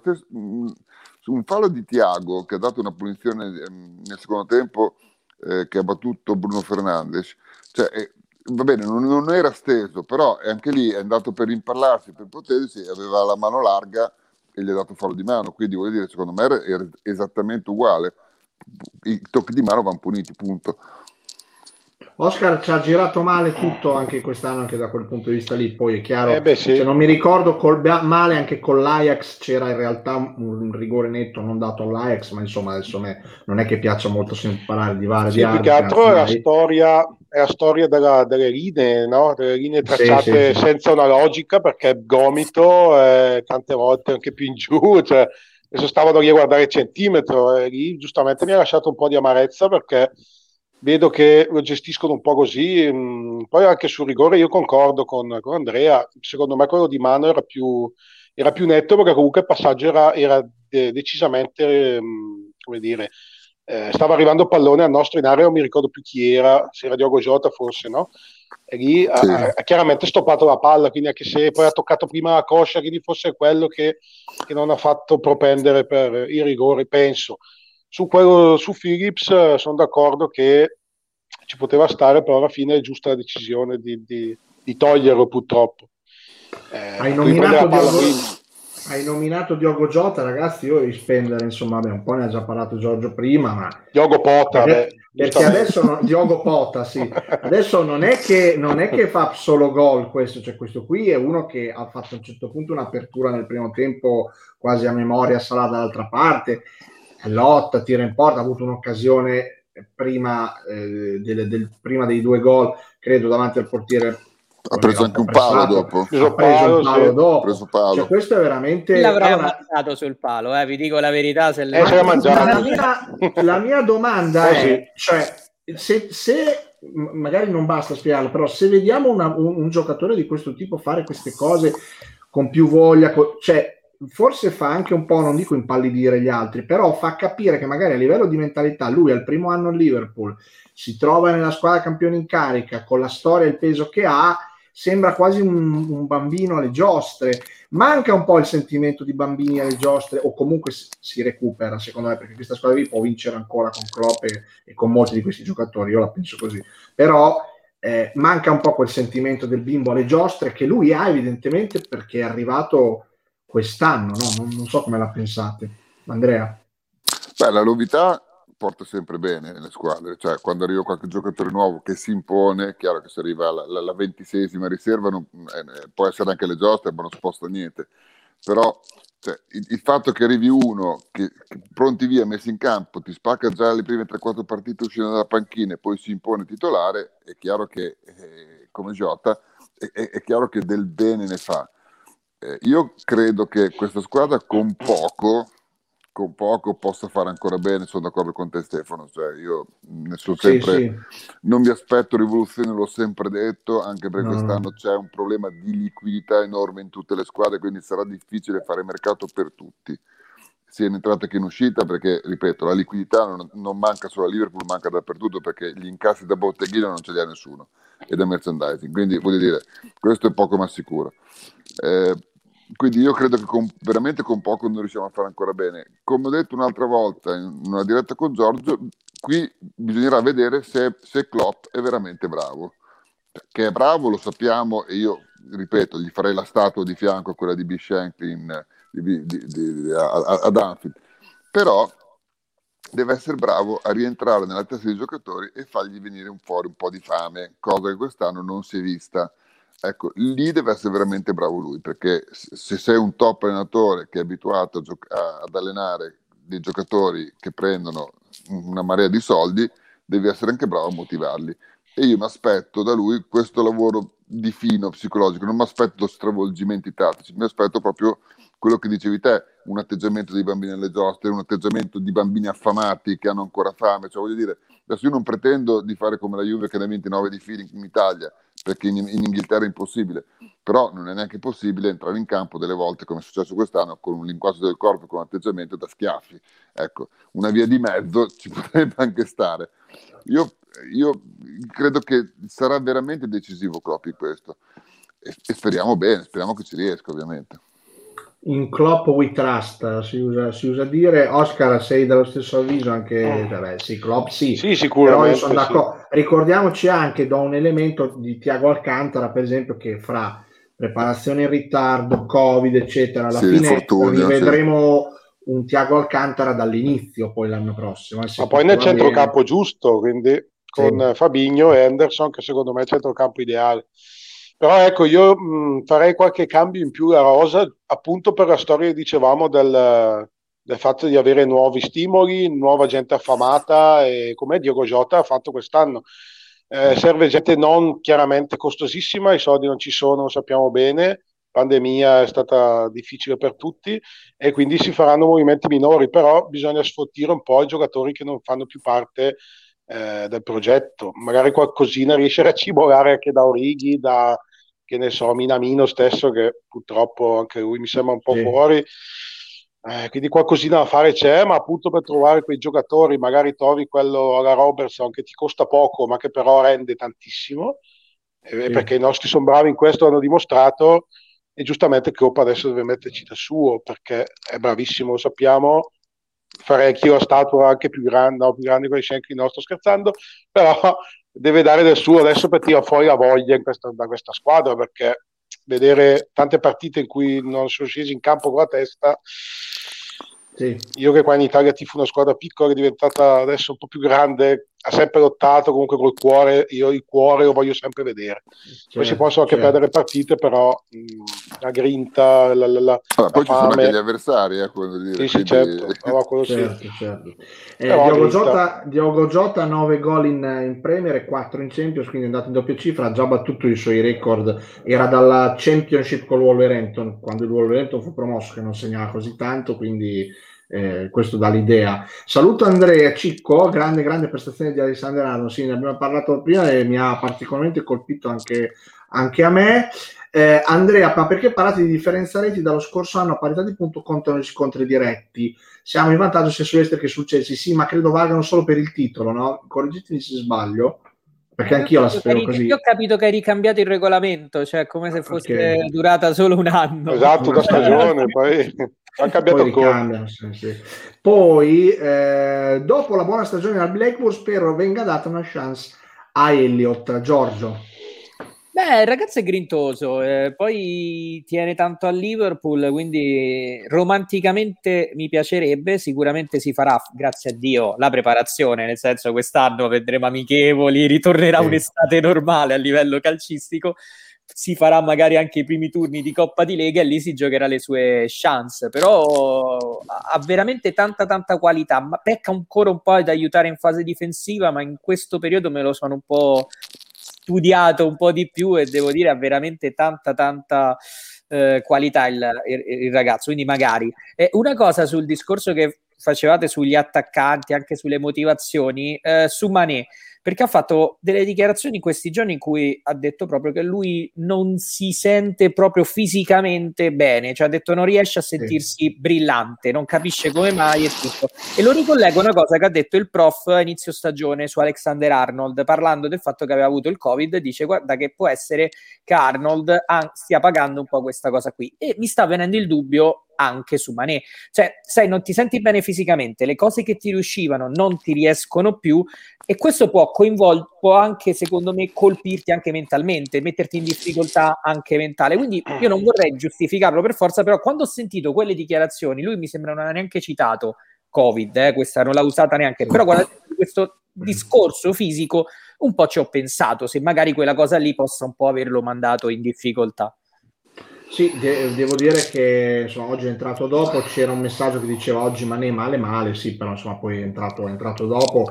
un fallo di Thiago che ha dato una punizione nel secondo tempo, che ha battuto Bruno Fernandes, cioè va bene, non era steso, però anche lì è andato per impallarsi, per potersi, aveva la mano larga e gli ha dato fallo di mano, quindi vuol dire, secondo me era esattamente uguale, i tocchi di mano vanno puniti, punto. Oscar ci ha girato male tutto anche quest'anno, anche da quel punto di vista lì. Poi è chiaro, sì. se non mi ricordo male, anche con l'Ajax c'era in realtà un rigore netto non dato all'Ajax, ma insomma adesso non è che piaccia molto parlare di VAR, di più che altro è la storia delle linee, no? Delle linee tracciate senza una logica, perché gomito tante volte anche più in giù, cioè, adesso stavano lì a guardare il centimetro e lì giustamente mi ha lasciato un po' di amarezza, perché vedo che lo gestiscono un po' così. Poi anche sul rigore io concordo con Andrea, secondo me quello di mano era più netto, perché comunque il passaggio era decisamente, come dire, stava arrivando il pallone al nostro in area, non mi ricordo più chi era, se era Diogo Jota forse, no? E lì ha chiaramente stoppato la palla, quindi anche se poi ha toccato prima la coscia, quindi fosse quello che non ha fatto propendere per il rigore, penso. Su Phillips sono d'accordo che ci poteva stare, però alla fine è giusta la decisione di toglierlo, purtroppo. Hai nominato Diogo Jota, ragazzi. Io rispendere, insomma, un po' ne ha già parlato Giorgio prima, ma Diogo Pota, perché adesso Diogo Pota, sì. Adesso non è che fa solo gol questo, cioè questo qui è uno che ha fatto a un certo punto un'apertura nel primo tempo quasi a memoria, sarà dall'altra parte, lotta, tira in porta, ha avuto un'occasione prima prima dei 2 gol, credo, davanti al portiere. Ha preso anche un palo dopo. Ha preso un palo dopo. Palo. Cioè, questo è veramente. L'avrei ammazzato sul palo, vi dico la verità. Se la mia domanda è: cioè, se magari non basta spiegarlo, però se vediamo un giocatore di questo tipo fare queste cose con più voglia, cioè, forse fa anche un po', non dico impallidire gli altri, però fa capire che magari a livello di mentalità lui al primo anno a Liverpool si trova nella squadra campione in carica con la storia e il peso che ha, sembra quasi un bambino alle giostre. Manca un po' il sentimento di bambini alle giostre, o comunque si recupera, secondo me, perché questa squadra qui può vincere ancora con Klopp e con molti di questi giocatori, io la penso così, però manca un po' quel sentimento del bimbo alle giostre che lui ha evidentemente, perché è arrivato quest'anno, no? Non so come la pensate, Andrea. Beh, la novità porta sempre bene nelle squadre, cioè quando arriva qualche giocatore nuovo che si impone, chiaro che se arriva alla 26esima riserva può essere anche le giostre, ma non sposta niente, però cioè, il fatto che arrivi uno che pronti via, messi in campo, ti spacca già le prime 3-4 partite uscendo dalla panchina e poi si impone titolare, è chiaro che come Jota è chiaro che del bene ne fa. Io credo che questa squadra con poco possa fare ancora bene. Sono d'accordo con te, Stefano, cioè io ne sono sempre non mi aspetto rivoluzioni, l'ho sempre detto, anche perché quest'anno c'è un problema di liquidità enorme in tutte le squadre, quindi sarà difficile fare mercato per tutti, sia in entrata che in uscita, perché ripeto, la liquidità non manca solo a Liverpool, manca dappertutto, perché gli incassi da botteghino non ce li ha nessuno, e da merchandising, quindi voglio dire, questo è poco ma sicuro. Quindi io credo che veramente con poco noi riusciamo a fare ancora bene. Come ho detto un'altra volta in una diretta con Giorgio, qui bisognerà vedere se Klopp è veramente bravo. Che è bravo lo sappiamo, e io ripeto, gli farei la statua di fianco a quella di B. Shankly ad Anfield, però deve essere bravo a rientrare nella testa dei giocatori e fargli venire fuori un po' di fame, cosa che quest'anno non si è vista. Ecco, lì deve essere veramente bravo lui, perché se sei un top allenatore che è abituato ad allenare dei giocatori che prendono una marea di soldi, devi essere anche bravo a motivarli. E io mi aspetto da lui questo lavoro di fino psicologico, non mi aspetto stravolgimenti tattici, mi aspetto proprio quello che dicevi te, un atteggiamento dei bambini alle giostre, un atteggiamento di bambini affamati che hanno ancora fame. Cioè, voglio dire, adesso io non pretendo di fare come la Juve che ne ha 29 di fila in Italia, perché in Inghilterra è impossibile, però non è neanche possibile entrare in campo delle volte, come è successo quest'anno, con un linguaggio del corpo, con un atteggiamento da schiaffi. Ecco, una via di mezzo ci potrebbe anche stare. Io credo che sarà veramente decisivo Klopp in questo, e speriamo bene, speriamo che ci riesca, ovviamente. In Klopp we trust, si usa dire. Oscar, sei dello stesso avviso anche? Sì, Klopp sì, sicuramente, però io sono d'accordo. Ricordiamoci anche, do un elemento di Thiago Alcantara, per esempio, che fra preparazione in ritardo, Covid, eccetera, alla fine rivedremo un Thiago Alcantara dall'inizio poi l'anno prossimo. Ma poi nel centrocampo giusto, quindi con Fabinho e Henderson, che secondo me è il centrocampo ideale. Però ecco, io farei qualche cambio in più a rosa, appunto per la storia che dicevamo del fatto di avere nuovi stimoli, nuova gente affamata, e come Diogo Jota ha fatto quest'anno. Serve gente non chiaramente costosissima, i soldi non ci sono, lo sappiamo bene, pandemia è stata difficile per tutti e quindi si faranno movimenti minori, però bisogna sfottire un po' i giocatori che non fanno più parte del progetto. Magari qualcosina riesce a cibolare anche da Origi, da che ne so, Minamino stesso, che purtroppo anche lui mi sembra un po' fuori. Quindi qualcosina da fare c'è, ma appunto per trovare quei giocatori, magari trovi quello alla Robertson che ti costa poco, ma che però rende tantissimo, perché i nostri sono bravi in questo, hanno dimostrato, e giustamente Klopp adesso deve metterci da suo, perché è bravissimo, lo sappiamo. Farei anch'io la statua anche più grande, no, più grande con i Shankly, no, sto scherzando, però deve dare del suo adesso per tirare fuori la voglia da questa squadra, perché vedere tante partite in cui non sono scesi in campo con la testa. Io che qua in Italia tifo una squadra piccola, è diventata adesso un po' più grande, ha sempre lottato comunque col cuore, io il cuore lo voglio sempre vedere. Poi si possono anche perdere partite, però la grinta, la poi fame. ci sono anche gli avversari, dire, sì, certo. Diogo Jota 9 gol in Premier e 4 in Champions, quindi è andato in doppia cifra, ha già battuto i suoi record, era dalla Championship con il Wolverhampton, quando il Wolverhampton fu promosso, che non segnava così tanto, quindi questo dà l'idea. Saluto Andrea Cicco, grande prestazione di Alexander Arnold, sì, ne abbiamo parlato prima e mi ha particolarmente colpito anche a me. Andrea, ma perché parlate di differenza reti? Dallo scorso anno a parità di punto contano gli scontri diretti, siamo in vantaggio sia su Leicester che sul Chelsea, sì, ma credo valgano solo per il titolo, no? Correggetemi se sbaglio, perché anch'io la spero così. Io ho capito che hai ricambiato il regolamento, cioè come se fosse durata solo un anno. Esatto, una stagione, poi ha cambiato ancora. Poi dopo la buona stagione al Blackburn spero venga data una chance a Elliott. Giorgio. Beh, il ragazzo è grintoso, poi tiene tanto a Liverpool, quindi romanticamente mi piacerebbe, sicuramente si farà, grazie a Dio, la preparazione, nel senso quest'anno vedremo amichevoli, ritornerà un'estate normale a livello calcistico, si farà magari anche i primi turni di Coppa di Lega e lì si giocherà le sue chance, però ha veramente tanta qualità, ma pecca ancora un po' ad aiutare in fase difensiva, ma in questo periodo me lo sono un po' studiato un po' di più e devo dire ha veramente tanta qualità il ragazzo, quindi magari. Una cosa sul discorso che facevate sugli attaccanti, anche sulle motivazioni, su Mané, perché ha fatto delle dichiarazioni in questi giorni in cui ha detto proprio che lui non si sente proprio fisicamente bene, cioè ha detto non riesce a sentirsi brillante, non capisce come mai e tutto. E lo ricollego a una cosa che ha detto il prof a inizio stagione su Alexander Arnold, parlando del fatto che aveva avuto il Covid, dice guarda che può essere che Arnold stia pagando un po' questa cosa qui, e mi sta venendo il dubbio anche su Mané, cioè sai, non ti senti bene fisicamente, le cose che ti riuscivano non ti riescono più e questo può anche secondo me colpirti anche mentalmente, metterti in difficoltà anche mentale, quindi io non vorrei giustificarlo per forza, però quando ho sentito quelle dichiarazioni, lui mi sembra non ha neanche citato Covid, questa non l'ha usata neanche, però guardate questo discorso fisico un po' ci ho pensato, se magari quella cosa lì possa un po' averlo mandato in difficoltà. Sì, devo dire che insomma, oggi è entrato dopo, c'era un messaggio che diceva oggi Mané male, sì, però insomma poi è entrato dopo,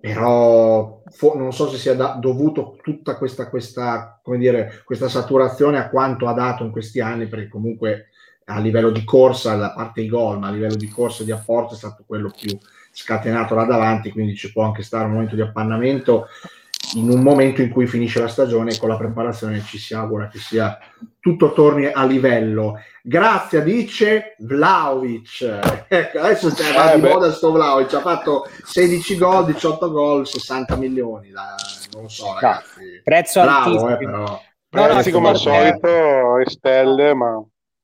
però non so se sia dovuto tutta questa come dire, questa saturazione a quanto ha dato in questi anni, perché comunque a livello di corsa, a parte i gol, ma a livello di corsa e di apporto è stato quello più scatenato là davanti, quindi ci può anche stare un momento di appannamento in un momento in cui finisce la stagione, con la preparazione ci si augura che sia tutto torni a livello. Grazie, dice Vlahovic. Adesso c'è di moda sto Vlahovic, ha fatto 16 gol, 18 gol, 60 milioni, non lo so ragazzi. No, prezzo bravo, altissimo. però come al solito stelle, ma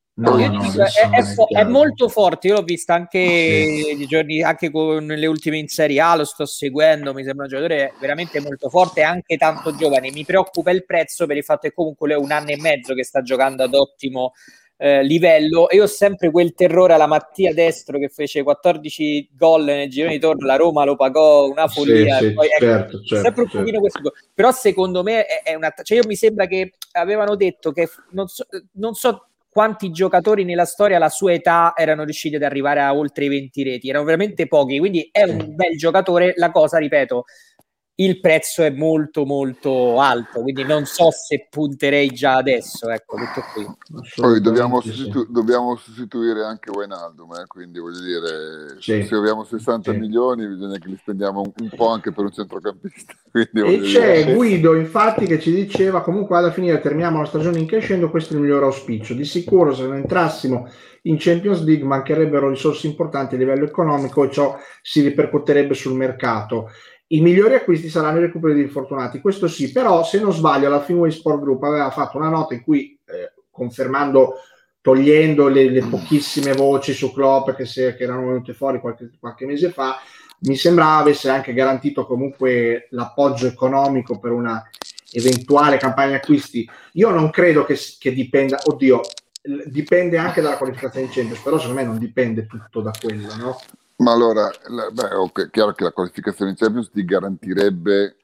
è molto forte, io l'ho vista anche i giorni, anche con le ultime in Serie A, lo sto seguendo, mi sembra un giocatore veramente molto forte, anche tanto giovane. Mi preoccupa il prezzo per il fatto che comunque lui è un anno e mezzo che sta giocando ad ottimo livello, e io ho sempre quel terrore alla Mattia Destro che fece 14 gol nel girone di torno, la Roma lo pagò una follia, sì, poi, certo, sempre un pochino questo, però secondo me è una, cioè io mi sembra che avevano detto che non so quanti giocatori nella storia alla sua età erano riusciti ad arrivare a oltre i 20 reti, erano veramente pochi, quindi è un bel giocatore. La cosa, ripeto, il prezzo è molto molto alto, quindi non so se punterei già adesso, ecco, tutto qui. Poi dobbiamo sostituire anche Wijnaldum, quindi voglio dire, se abbiamo 60 milioni bisogna che li spendiamo un po' anche per un centrocampista. E c'è Guido infatti che ci diceva comunque alla finire terminiamo la stagione in crescendo, questo è il miglior auspicio, di sicuro se non entrassimo in Champions League mancherebbero risorse importanti a livello economico e ciò si ripercuoterebbe sul mercato. I migliori acquisti saranno i recuperi di infortunati, questo sì, però se non sbaglio la Fenway Sport Group aveva fatto una nota in cui confermando, togliendo le pochissime voci su Klopp che erano venute fuori qualche mese fa, mi sembrava avesse anche garantito comunque l'appoggio economico per una eventuale campagna acquisti. Io non credo che dipenda, dipende anche dalla qualificazione in Champions, però secondo me non dipende tutto da quello, no? Ma allora, chiaro che la qualificazione in Champions ti garantirebbe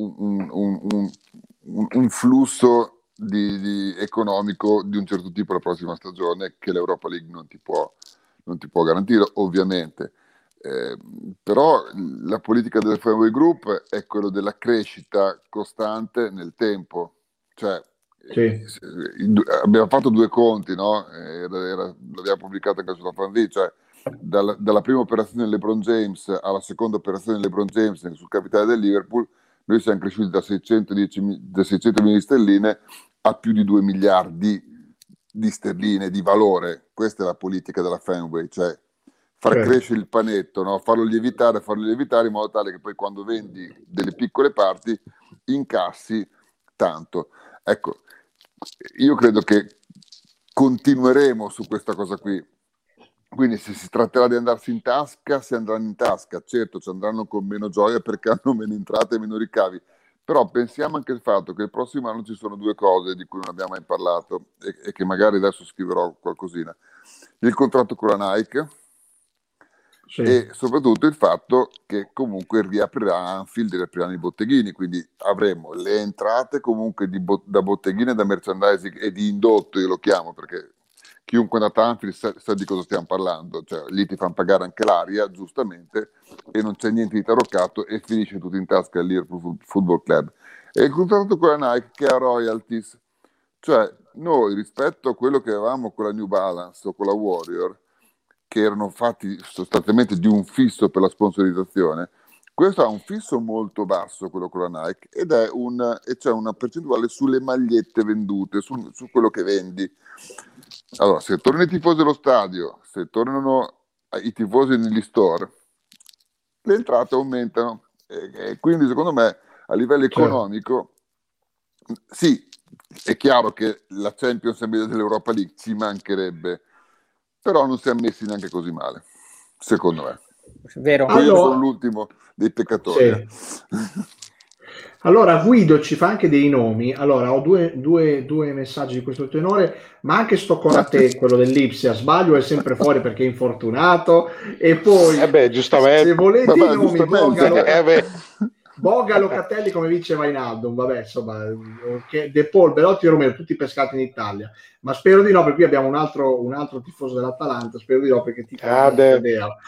un flusso di economico di un certo tipo la prossima stagione che l'Europa League non ti può garantire, ovviamente. Però la politica del Fenway Group è quello della crescita costante nel tempo, cioè abbiamo fatto due conti, no? L'abbiamo pubblicato anche sulla Fanzine, cioè dalla prima operazione di LeBron James alla seconda operazione di LeBron James sul capitale del Liverpool noi siamo cresciuti da 600 milioni di sterline a più di 2 miliardi di sterline di valore. Questa è la politica della Fenway, cioè far crescere il panetto, no? farlo lievitare in modo tale che poi quando vendi delle piccole parti incassi tanto. Ecco, io credo che continueremo su questa cosa qui. Quindi se si tratterà di andarsi in tasca, si andranno in tasca. Certo, ci andranno con meno gioia perché hanno meno entrate e meno ricavi. Però pensiamo anche al fatto che il prossimo anno ci sono due cose di cui non abbiamo mai parlato e che magari adesso scriverò qualcosina. Il contratto con la Nike e soprattutto il fatto che comunque riaprirà Anfield e riapriranno i botteghini, quindi avremo le entrate comunque da botteghine, da merchandising e di indotto, io lo chiamo perché chiunque è andato a Anfield sa di cosa stiamo parlando, cioè lì ti fanno pagare anche l'aria, giustamente, e non c'è niente di taroccato e finisce tutto in tasca al Liverpool Football Club. E il contratto con la Nike che ha royalties, cioè noi rispetto a quello che avevamo con la New Balance o con la Warrior, che erano fatti sostanzialmente di un fisso per la sponsorizzazione, questo ha un fisso molto basso, quello con la Nike, e c'è una percentuale sulle magliette vendute, su quello che vendi. Allora, se tornano i tifosi allo stadio, se tornano i tifosi negli store, le entrate aumentano. E quindi, secondo me, a livello economico, sì, è chiaro che la Champions League dell'Europa League ci mancherebbe, però non siamo messi neanche così male, secondo me. Vero. Io sono l'ultimo dei peccatori. Allora Guido ci fa anche dei nomi. Allora ho due messaggi di questo tenore, ma anche sto Conate, quello dell'Ipsia, sbaglio, è sempre fuori perché è infortunato. E poi giustamente, se volete i nomi Boga, Locatelli come vice Wijnaldum, vabbè, insomma, De Paul, Belotti e Romero, tutti pescati in Italia, ma spero di no, perché qui abbiamo un altro tifoso dell'Atalanta, spero di no, perché ti De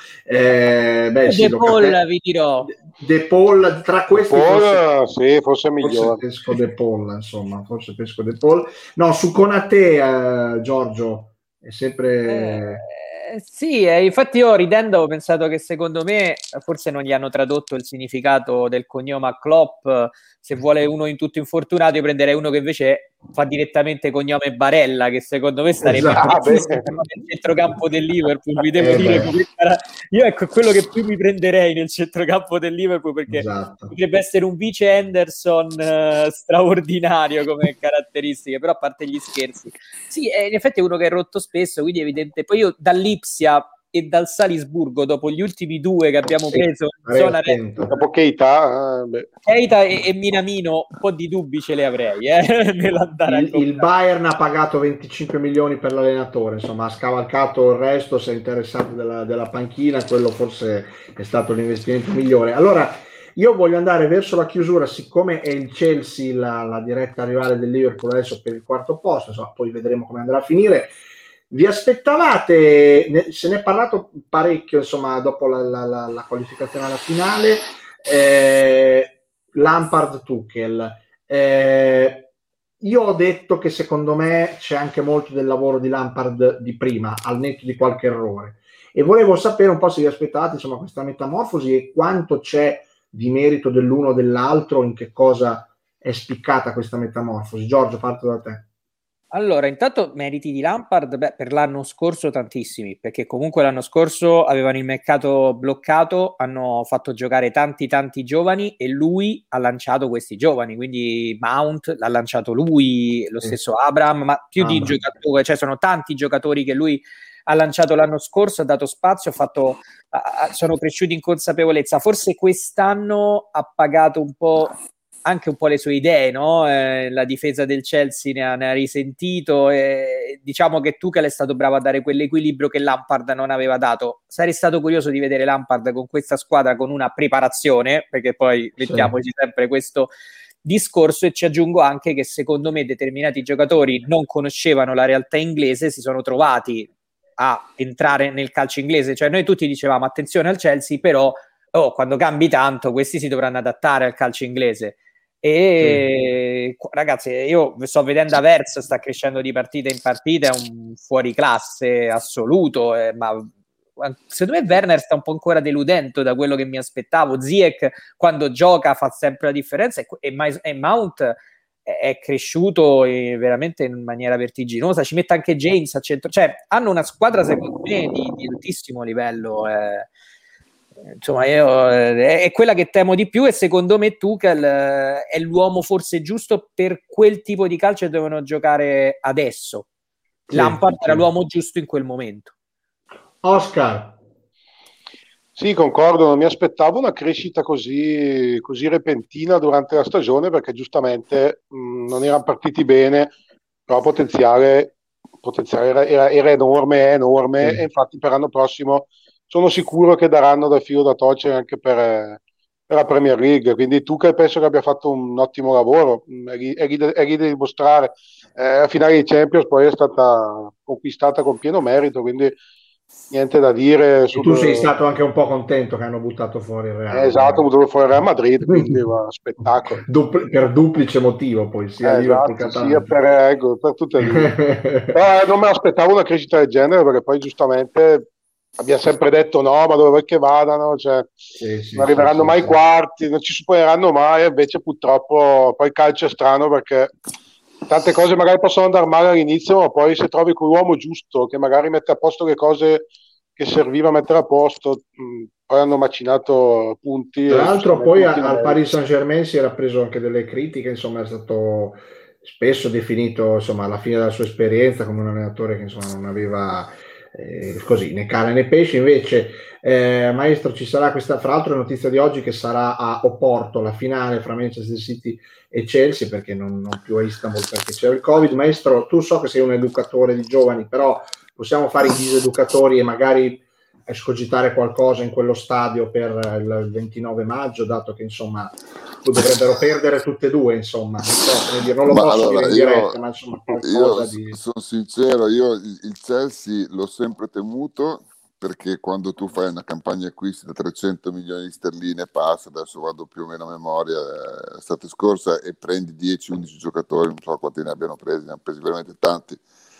Paul, vi dirò. De Paul, tra questi forse migliore. Forse pesco De Paul, insomma, forse pesco De Paul. No, su Conate, Giorgio, è sempre... Sì, infatti io ridendo ho pensato che secondo me forse non gli hanno tradotto il significato del cognome a Klopp. Se vuole uno in tutto infortunato, io prenderei uno che invece fa direttamente cognome Barella, che secondo me starebbe nel centrocampo del Liverpool. Vi devo dire io ecco quello che più mi prenderei nel centrocampo del Liverpool, perché potrebbe essere un vice Henderson straordinario come caratteristiche, però a parte gli scherzi, sì, in effetti è uno che è rotto spesso, quindi è evidente. Poi io dall'Ipsia e dal Salisburgo, dopo gli ultimi due che abbiamo preso in zona dopo Keita, e Minamino, un po' di dubbi ce li avrei il Bayern ha pagato 25 milioni per l'allenatore, insomma ha scavalcato il resto, si è interessato della panchina, quello forse è stato l'investimento migliore. Allora io voglio andare verso la chiusura, siccome è il Chelsea la diretta rivale del Liverpool adesso per il quarto posto, insomma, poi vedremo come andrà a finire. Vi aspettavate, se ne è parlato parecchio, insomma, dopo la qualificazione alla finale, Lampard-Tuchel. Io ho detto che secondo me c'è anche molto del lavoro di Lampard di prima, al netto di qualche errore. E volevo sapere un po' se vi aspettavate, insomma, questa metamorfosi e quanto c'è di merito dell'uno o dell'altro, in che cosa è spiccata questa metamorfosi. Giorgio, parto da te. Allora, intanto meriti di Lampard, per l'anno scorso tantissimi, perché comunque l'anno scorso avevano il mercato bloccato, hanno fatto giocare tanti giovani e lui ha lanciato questi giovani, quindi Mount l'ha lanciato lui, lo stesso Abraham, ma più di giocatori, cioè sono tanti giocatori che lui ha lanciato l'anno scorso, ha dato spazio, sono cresciuti in consapevolezza. Forse quest'anno ha pagato anche un po' le sue idee, no? La difesa del Chelsea ne ha risentito, diciamo che Tuchel è stato bravo a dare quell'equilibrio che Lampard non aveva dato. Sarei stato curioso di vedere Lampard con questa squadra con una preparazione, perché poi mettiamoci sempre questo discorso, e ci aggiungo anche che secondo me determinati giocatori non conoscevano la realtà inglese, si sono trovati a entrare nel calcio inglese, cioè noi tutti dicevamo attenzione al Chelsea, però quando cambi tanto questi si dovranno adattare al calcio inglese. E ragazzi, io sto vedendo Havertz sta crescendo di partita in partita, è un fuoriclasse assoluto, ma secondo me Werner sta un po' ancora deludendo da quello che mi aspettavo. Ziyech quando gioca fa sempre la differenza, e Mount è cresciuto veramente in maniera vertiginosa, ci mette anche James a centro, cioè hanno una squadra secondo me di altissimo livello, insomma è quella che temo di più, e secondo me Tuchel è l'uomo forse giusto per quel tipo di calcio che devono giocare adesso. Lampard era l'uomo giusto in quel momento. Oscar. Sì, concordo, non mi aspettavo una crescita così repentina durante la stagione, perché giustamente non erano partiti bene, però potenziale era enorme, e infatti per l'anno prossimo sono sicuro che daranno del filo da torcere anche per la Premier League, quindi Tuchel penso che abbia fatto un ottimo lavoro, è lì da dimostrare. La finale di Champions poi è stata conquistata con pieno merito, quindi niente da dire. Tu sei stato anche un po' contento che hanno buttato fuori il Real. Esatto, buttato fuori il Real Madrid, quindi va spettacolo. Per duplice motivo poi, sia Liverpool che sia per tutte e due. Non me l'aspettavo una crescita del genere, perché poi giustamente abbiamo sempre detto no, ma dove vuoi che vadano, cioè, non arriveranno mai ai quarti, non ci supereranno mai, invece purtroppo poi il calcio è strano, perché tante cose magari possono andare male all'inizio, ma poi se trovi quell'uomo giusto che magari mette a posto le cose che serviva mettere a posto, poi hanno macinato punti. Tra l'altro poi al Paris Saint-Germain si era preso anche delle critiche, insomma è stato spesso definito, insomma, alla fine della sua esperienza come un allenatore che insomma non aveva così né carne né pesce. Invece maestro, ci sarà questa, fra l'altro, notizia di oggi, che sarà a Oporto la finale fra Manchester City e Chelsea, perché non più a Istanbul perché c'era il Covid. Maestro, tu so che sei un educatore di giovani, però possiamo fare i diseducatori e magari escogitare qualcosa in quello stadio per il 29 maggio, dato che insomma dovrebbero perdere tutte e due, insomma non lo posso dire in diretta, ma insomma qualcosa sono sincero, io il Chelsea l'ho sempre temuto, perché quando tu fai una campagna acquisti da 300 milioni di sterline, passa, adesso vado più o meno a memoria, estate scorsa, e prendi 10-11 giocatori, non so quanti ne abbiano presi, ne hanno presi veramente tanti,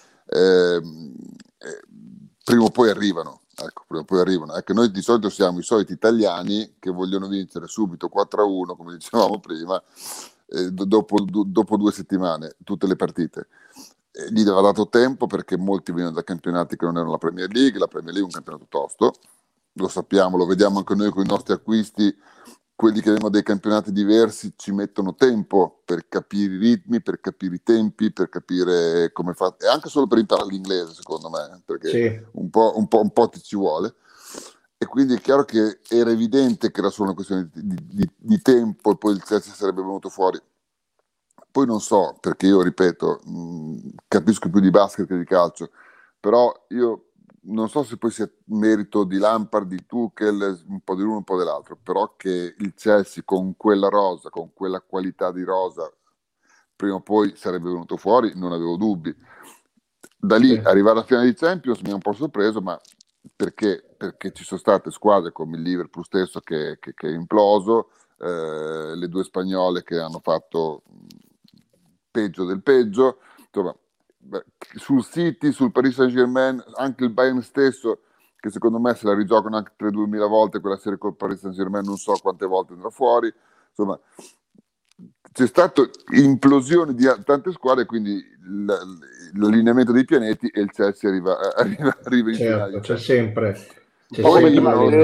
prima o poi arrivano. Ecco, noi di solito siamo i soliti italiani che vogliono vincere subito 4-1, come dicevamo prima, dopo 2 settimane, tutte le partite. Gli aveva dato tempo, perché molti venivano da campionati che non erano la Premier League è un campionato tosto, lo sappiamo, lo vediamo anche noi con i nostri acquisti, quelli che avevano dei campionati diversi ci mettono tempo per capire i ritmi, per capire i tempi, per capire come fa, e anche solo per imparare l'inglese, secondo me, perché Sì. un po' ti ci vuole. E quindi è chiaro che era evidente che era solo una questione di tempo e poi il Chelsea sarebbe venuto fuori. Poi non so, perché io ripeto, capisco più di basket che di calcio, però io non so se poi sia merito di Lampard, di Tuchel, un po' di uno, un po' dell'altro, però che il Chelsea con quella rosa, con quella qualità di rosa, prima o poi sarebbe venuto fuori, non avevo dubbi. Da lì arrivare alla finale di Champions mi ha un po' sorpreso, ma perché ci sono state squadre come il Liverpool stesso che è imploso, le due spagnole che hanno fatto peggio del peggio, insomma, sul City, sul Paris Saint-Germain, anche il Bayern stesso, che secondo me se la rigiocano anche 3-2000 volte quella serie col Paris Saint-Germain, non so quante volte andrà fuori, insomma c'è stata implosione di tante squadre, quindi l'allineamento dei pianeti e il Chelsea arriva in finale. C'è sempre. Poi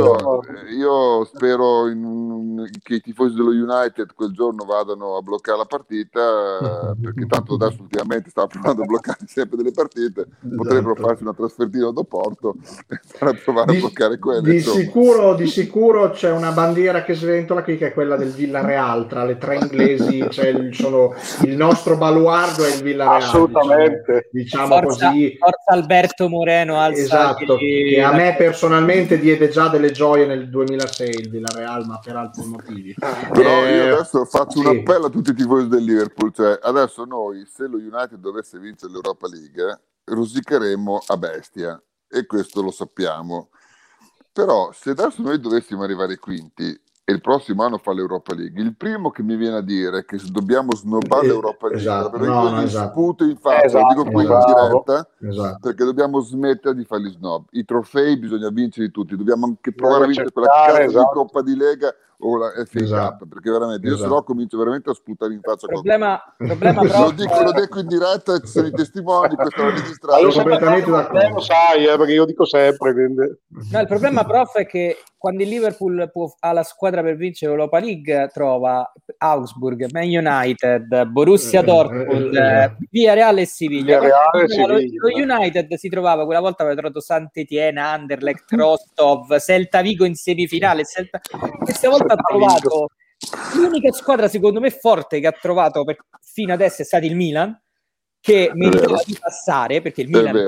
io spero che i tifosi dello United quel giorno vadano a bloccare la partita, perché tanto adesso ultimamente stanno provando a bloccare sempre delle partite, potrebbero farsi una trasfertina ad Oporto per provare a bloccare quelle. Di sicuro c'è una bandiera che sventola qui, che è quella del Villarreal, tra le tre inglesi sono il nostro baluardo e il Villarreal. Assolutamente. Diciamo così. Forza Alberto Moreno, esatto, che a me personalmente diede già delle gioie nel 2006 il Villarreal, ma per altri motivi. Però io adesso faccio un appello a tutti i tifosi del Liverpool, cioè adesso noi, se lo United dovesse vincere l'Europa League, rosicheremo a bestia, e questo lo sappiamo. Però se adesso noi dovessimo arrivare ai quinti e il prossimo anno fa l'Europa League, il primo che mi viene a dire che dobbiamo snobbare l'Europa League, sputo in faccia, lo dico qui in diretta, perché dobbiamo smettere di fare gli snob. I trofei bisogna vincerli tutti, dobbiamo anche provare a vincere quella cazzo di Coppa di Lega o la FA Cup, perché veramente io se no comincio veramente a sputare in faccia. Problema lo dico in diretta, ci sono i testimoni, questo l'ho registrato. Io completamente d'accordo. Lo sai, perché io dico sempre. Quindi. No, il problema, prof, è che quando il Liverpool ha la squadra per vincere l'Europa League, trova Augsburg, Man United, Borussia Dortmund, Villarreal e Siviglia. Lo United si trovava, quella volta aveva trovato Saint-Étienne, Anderlecht, Rostov, Celta Vigo in semifinale. Questa volta ha trovato l'unica squadra secondo me forte che ha trovato fino adesso è stato il Milan, che meritava di passare, perché il Milan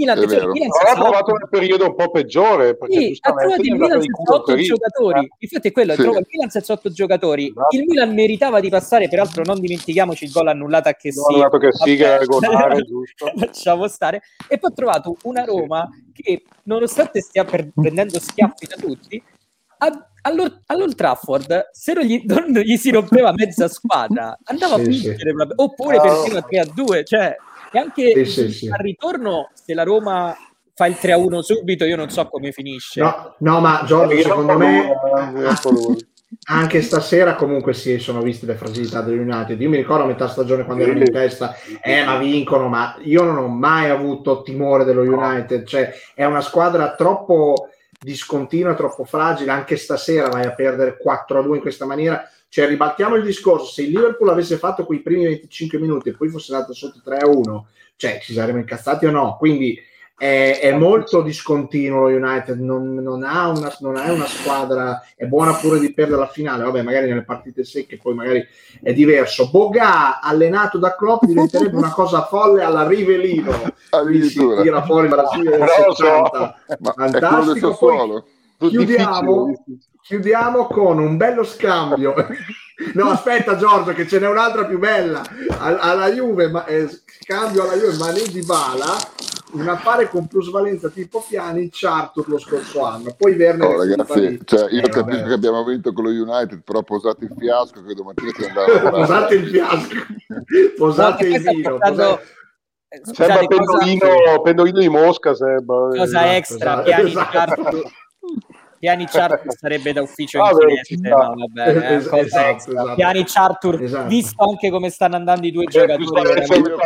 ha trovato un periodo un po' peggiore, perché ha trovato il Milan senza 8 giocatori, infatti è quello, trova il Milan senza 8 giocatori, il Milan meritava di passare, peraltro non dimentichiamoci il gol annullato a che è regolare, giusto. Lasciamo stare, e poi ho trovato una Roma che nonostante stia prendendo schiaffi da tutti, all'Old Trafford, se non gli si rompeva mezza squadra, andava a vincere, oppure persino 3-2, cioè, e anche al ritorno, se la Roma fa il 3-1 subito, io non so come finisce. No, ma Giorgio, secondo me anche stasera comunque si sono viste le fragilità dell'United. Io mi ricordo a metà stagione quando erano in testa, ma vincono, ma io non ho mai avuto timore dello United, cioè è una squadra troppo discontinua, troppo fragile. Anche stasera vai a perdere 4-2 in questa maniera, cioè ribaltiamo il discorso: se il Liverpool avesse fatto quei primi 25 minuti e poi fosse andato sotto 3-1, cioè ci saremmo incazzati o no? Quindi è molto discontinuo lo United, non ha una squadra, è buona pure di perdere la finale, vabbè, magari nelle partite secche poi magari è diverso. Boga allenato da Klopp diventerebbe una cosa folle alla Rivellino, si tira fuori il Brasile del 70, fantastico. Poi chiudiamo con un bello scambio. No, aspetta Giorgio, che ce n'è un'altra più bella alla Juve, scambio alla Juve, Mané Dybala, un affare con plusvalenza tipo Pjanic, Arthur lo scorso anno, poi Werner. Ragazzi, cioè, io capisco che abbiamo vinto con lo United, però posate il fiasco che domattina si andava. Posate il fiasco, posate il vino. Sembra pendolino di Mosca, sembra. Cosa extra, Pjanic, Arthur. Pjanic Arthur sarebbe da ufficio inglese, no, vabbè, esatto. Pjanic Arthur, visto anche come stanno andando i due giocatori.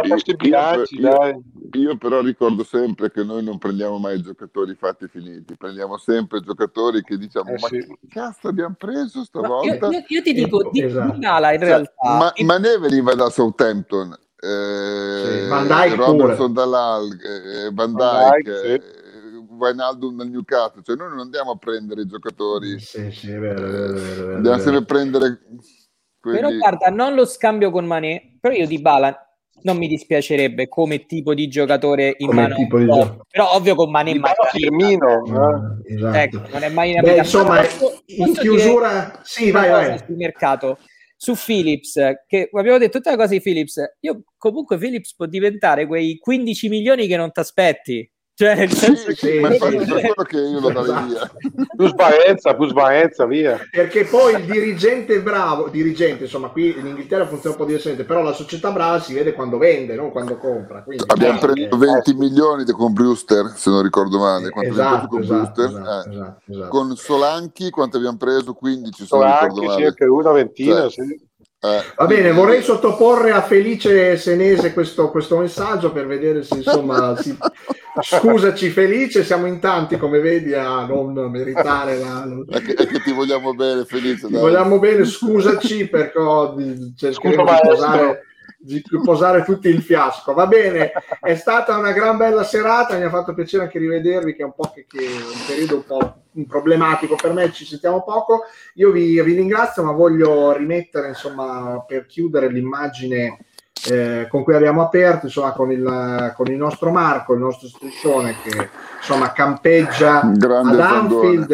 Io però ricordo sempre che noi non prendiamo mai giocatori fatti finiti, prendiamo sempre giocatori che diciamo ma che cazzo abbiamo preso stavolta? Io ti dico di Dybala in realtà. Manevoli va da Southampton, Van Dijk Robertson dall'Al, Van Dijk, Wijnaldum dal Newcastle, cioè noi non andiamo a prendere i giocatori, è vero. Andiamo sempre a prendere quelli... Però guarda, non lo scambio con Mané, però io Dybala non mi dispiacerebbe come tipo di giocatore in mano, però ovvio con Mané Firmino, esatto. Ecco, non è mai una insomma in chiusura vai sul mercato su Phillips, che abbiamo detto tutta la cosa di Phillips. Io comunque Phillips può diventare quei 15 milioni che non ti aspetti. Cioè, nel senso ma infatti per quello che io lo darei via. Più sbaenza, via. Perché poi il dirigente, insomma, qui in Inghilterra funziona un po' diversamente, però la società brava si vede quando vende, non quando compra. Quindi, abbiamo preso 20 milioni con Brewster, se non ricordo male. Esatto. Con Solanchi quanto abbiamo preso? 15, se non ricordo male. Circa una ventina, sì. Va bene, vorrei sottoporre a Felice Senese questo messaggio per vedere se insomma scusaci Felice, siamo in tanti come vedi a non meritare è che ti vogliamo bene Felice, ti vogliamo bene, scusaci perché cercheremo di posare tutti il fiasco. Va bene, è stata una gran bella serata, mi ha fatto piacere anche rivedervi, che è un po' che è un periodo un po' problematico per me, ci sentiamo poco. Io vi ringrazio, ma voglio rimettere insomma per chiudere l'immagine con cui abbiamo aperto, insomma con il nostro Marco, il nostro striscione che insomma campeggia ad Anfield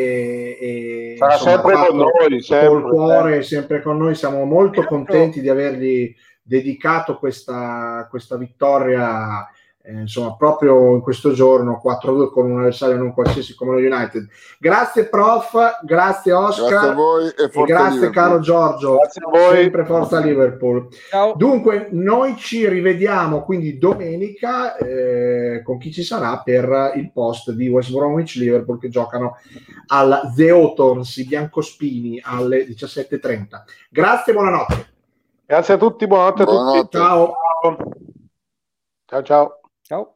e sarà sempre con noi, col cuore sempre con noi. Siamo molto contenti di avergli dedicato questa vittoria insomma proprio in questo giorno 4-2 con un avversario non qualsiasi come lo United. Grazie prof, grazie Oscar, grazie a voi e grazie Liverpool. Caro Giorgio, grazie a voi. Sempre forza Liverpool. Ciao. Dunque noi ci rivediamo quindi domenica con chi ci sarà per il post di West Bromwich Liverpool, che giocano al The Hawthorns, i biancospini, alle 17:30. Grazie, buonanotte. Grazie a tutti, buonanotte a tutti. Ciao. Ciao. Ciao.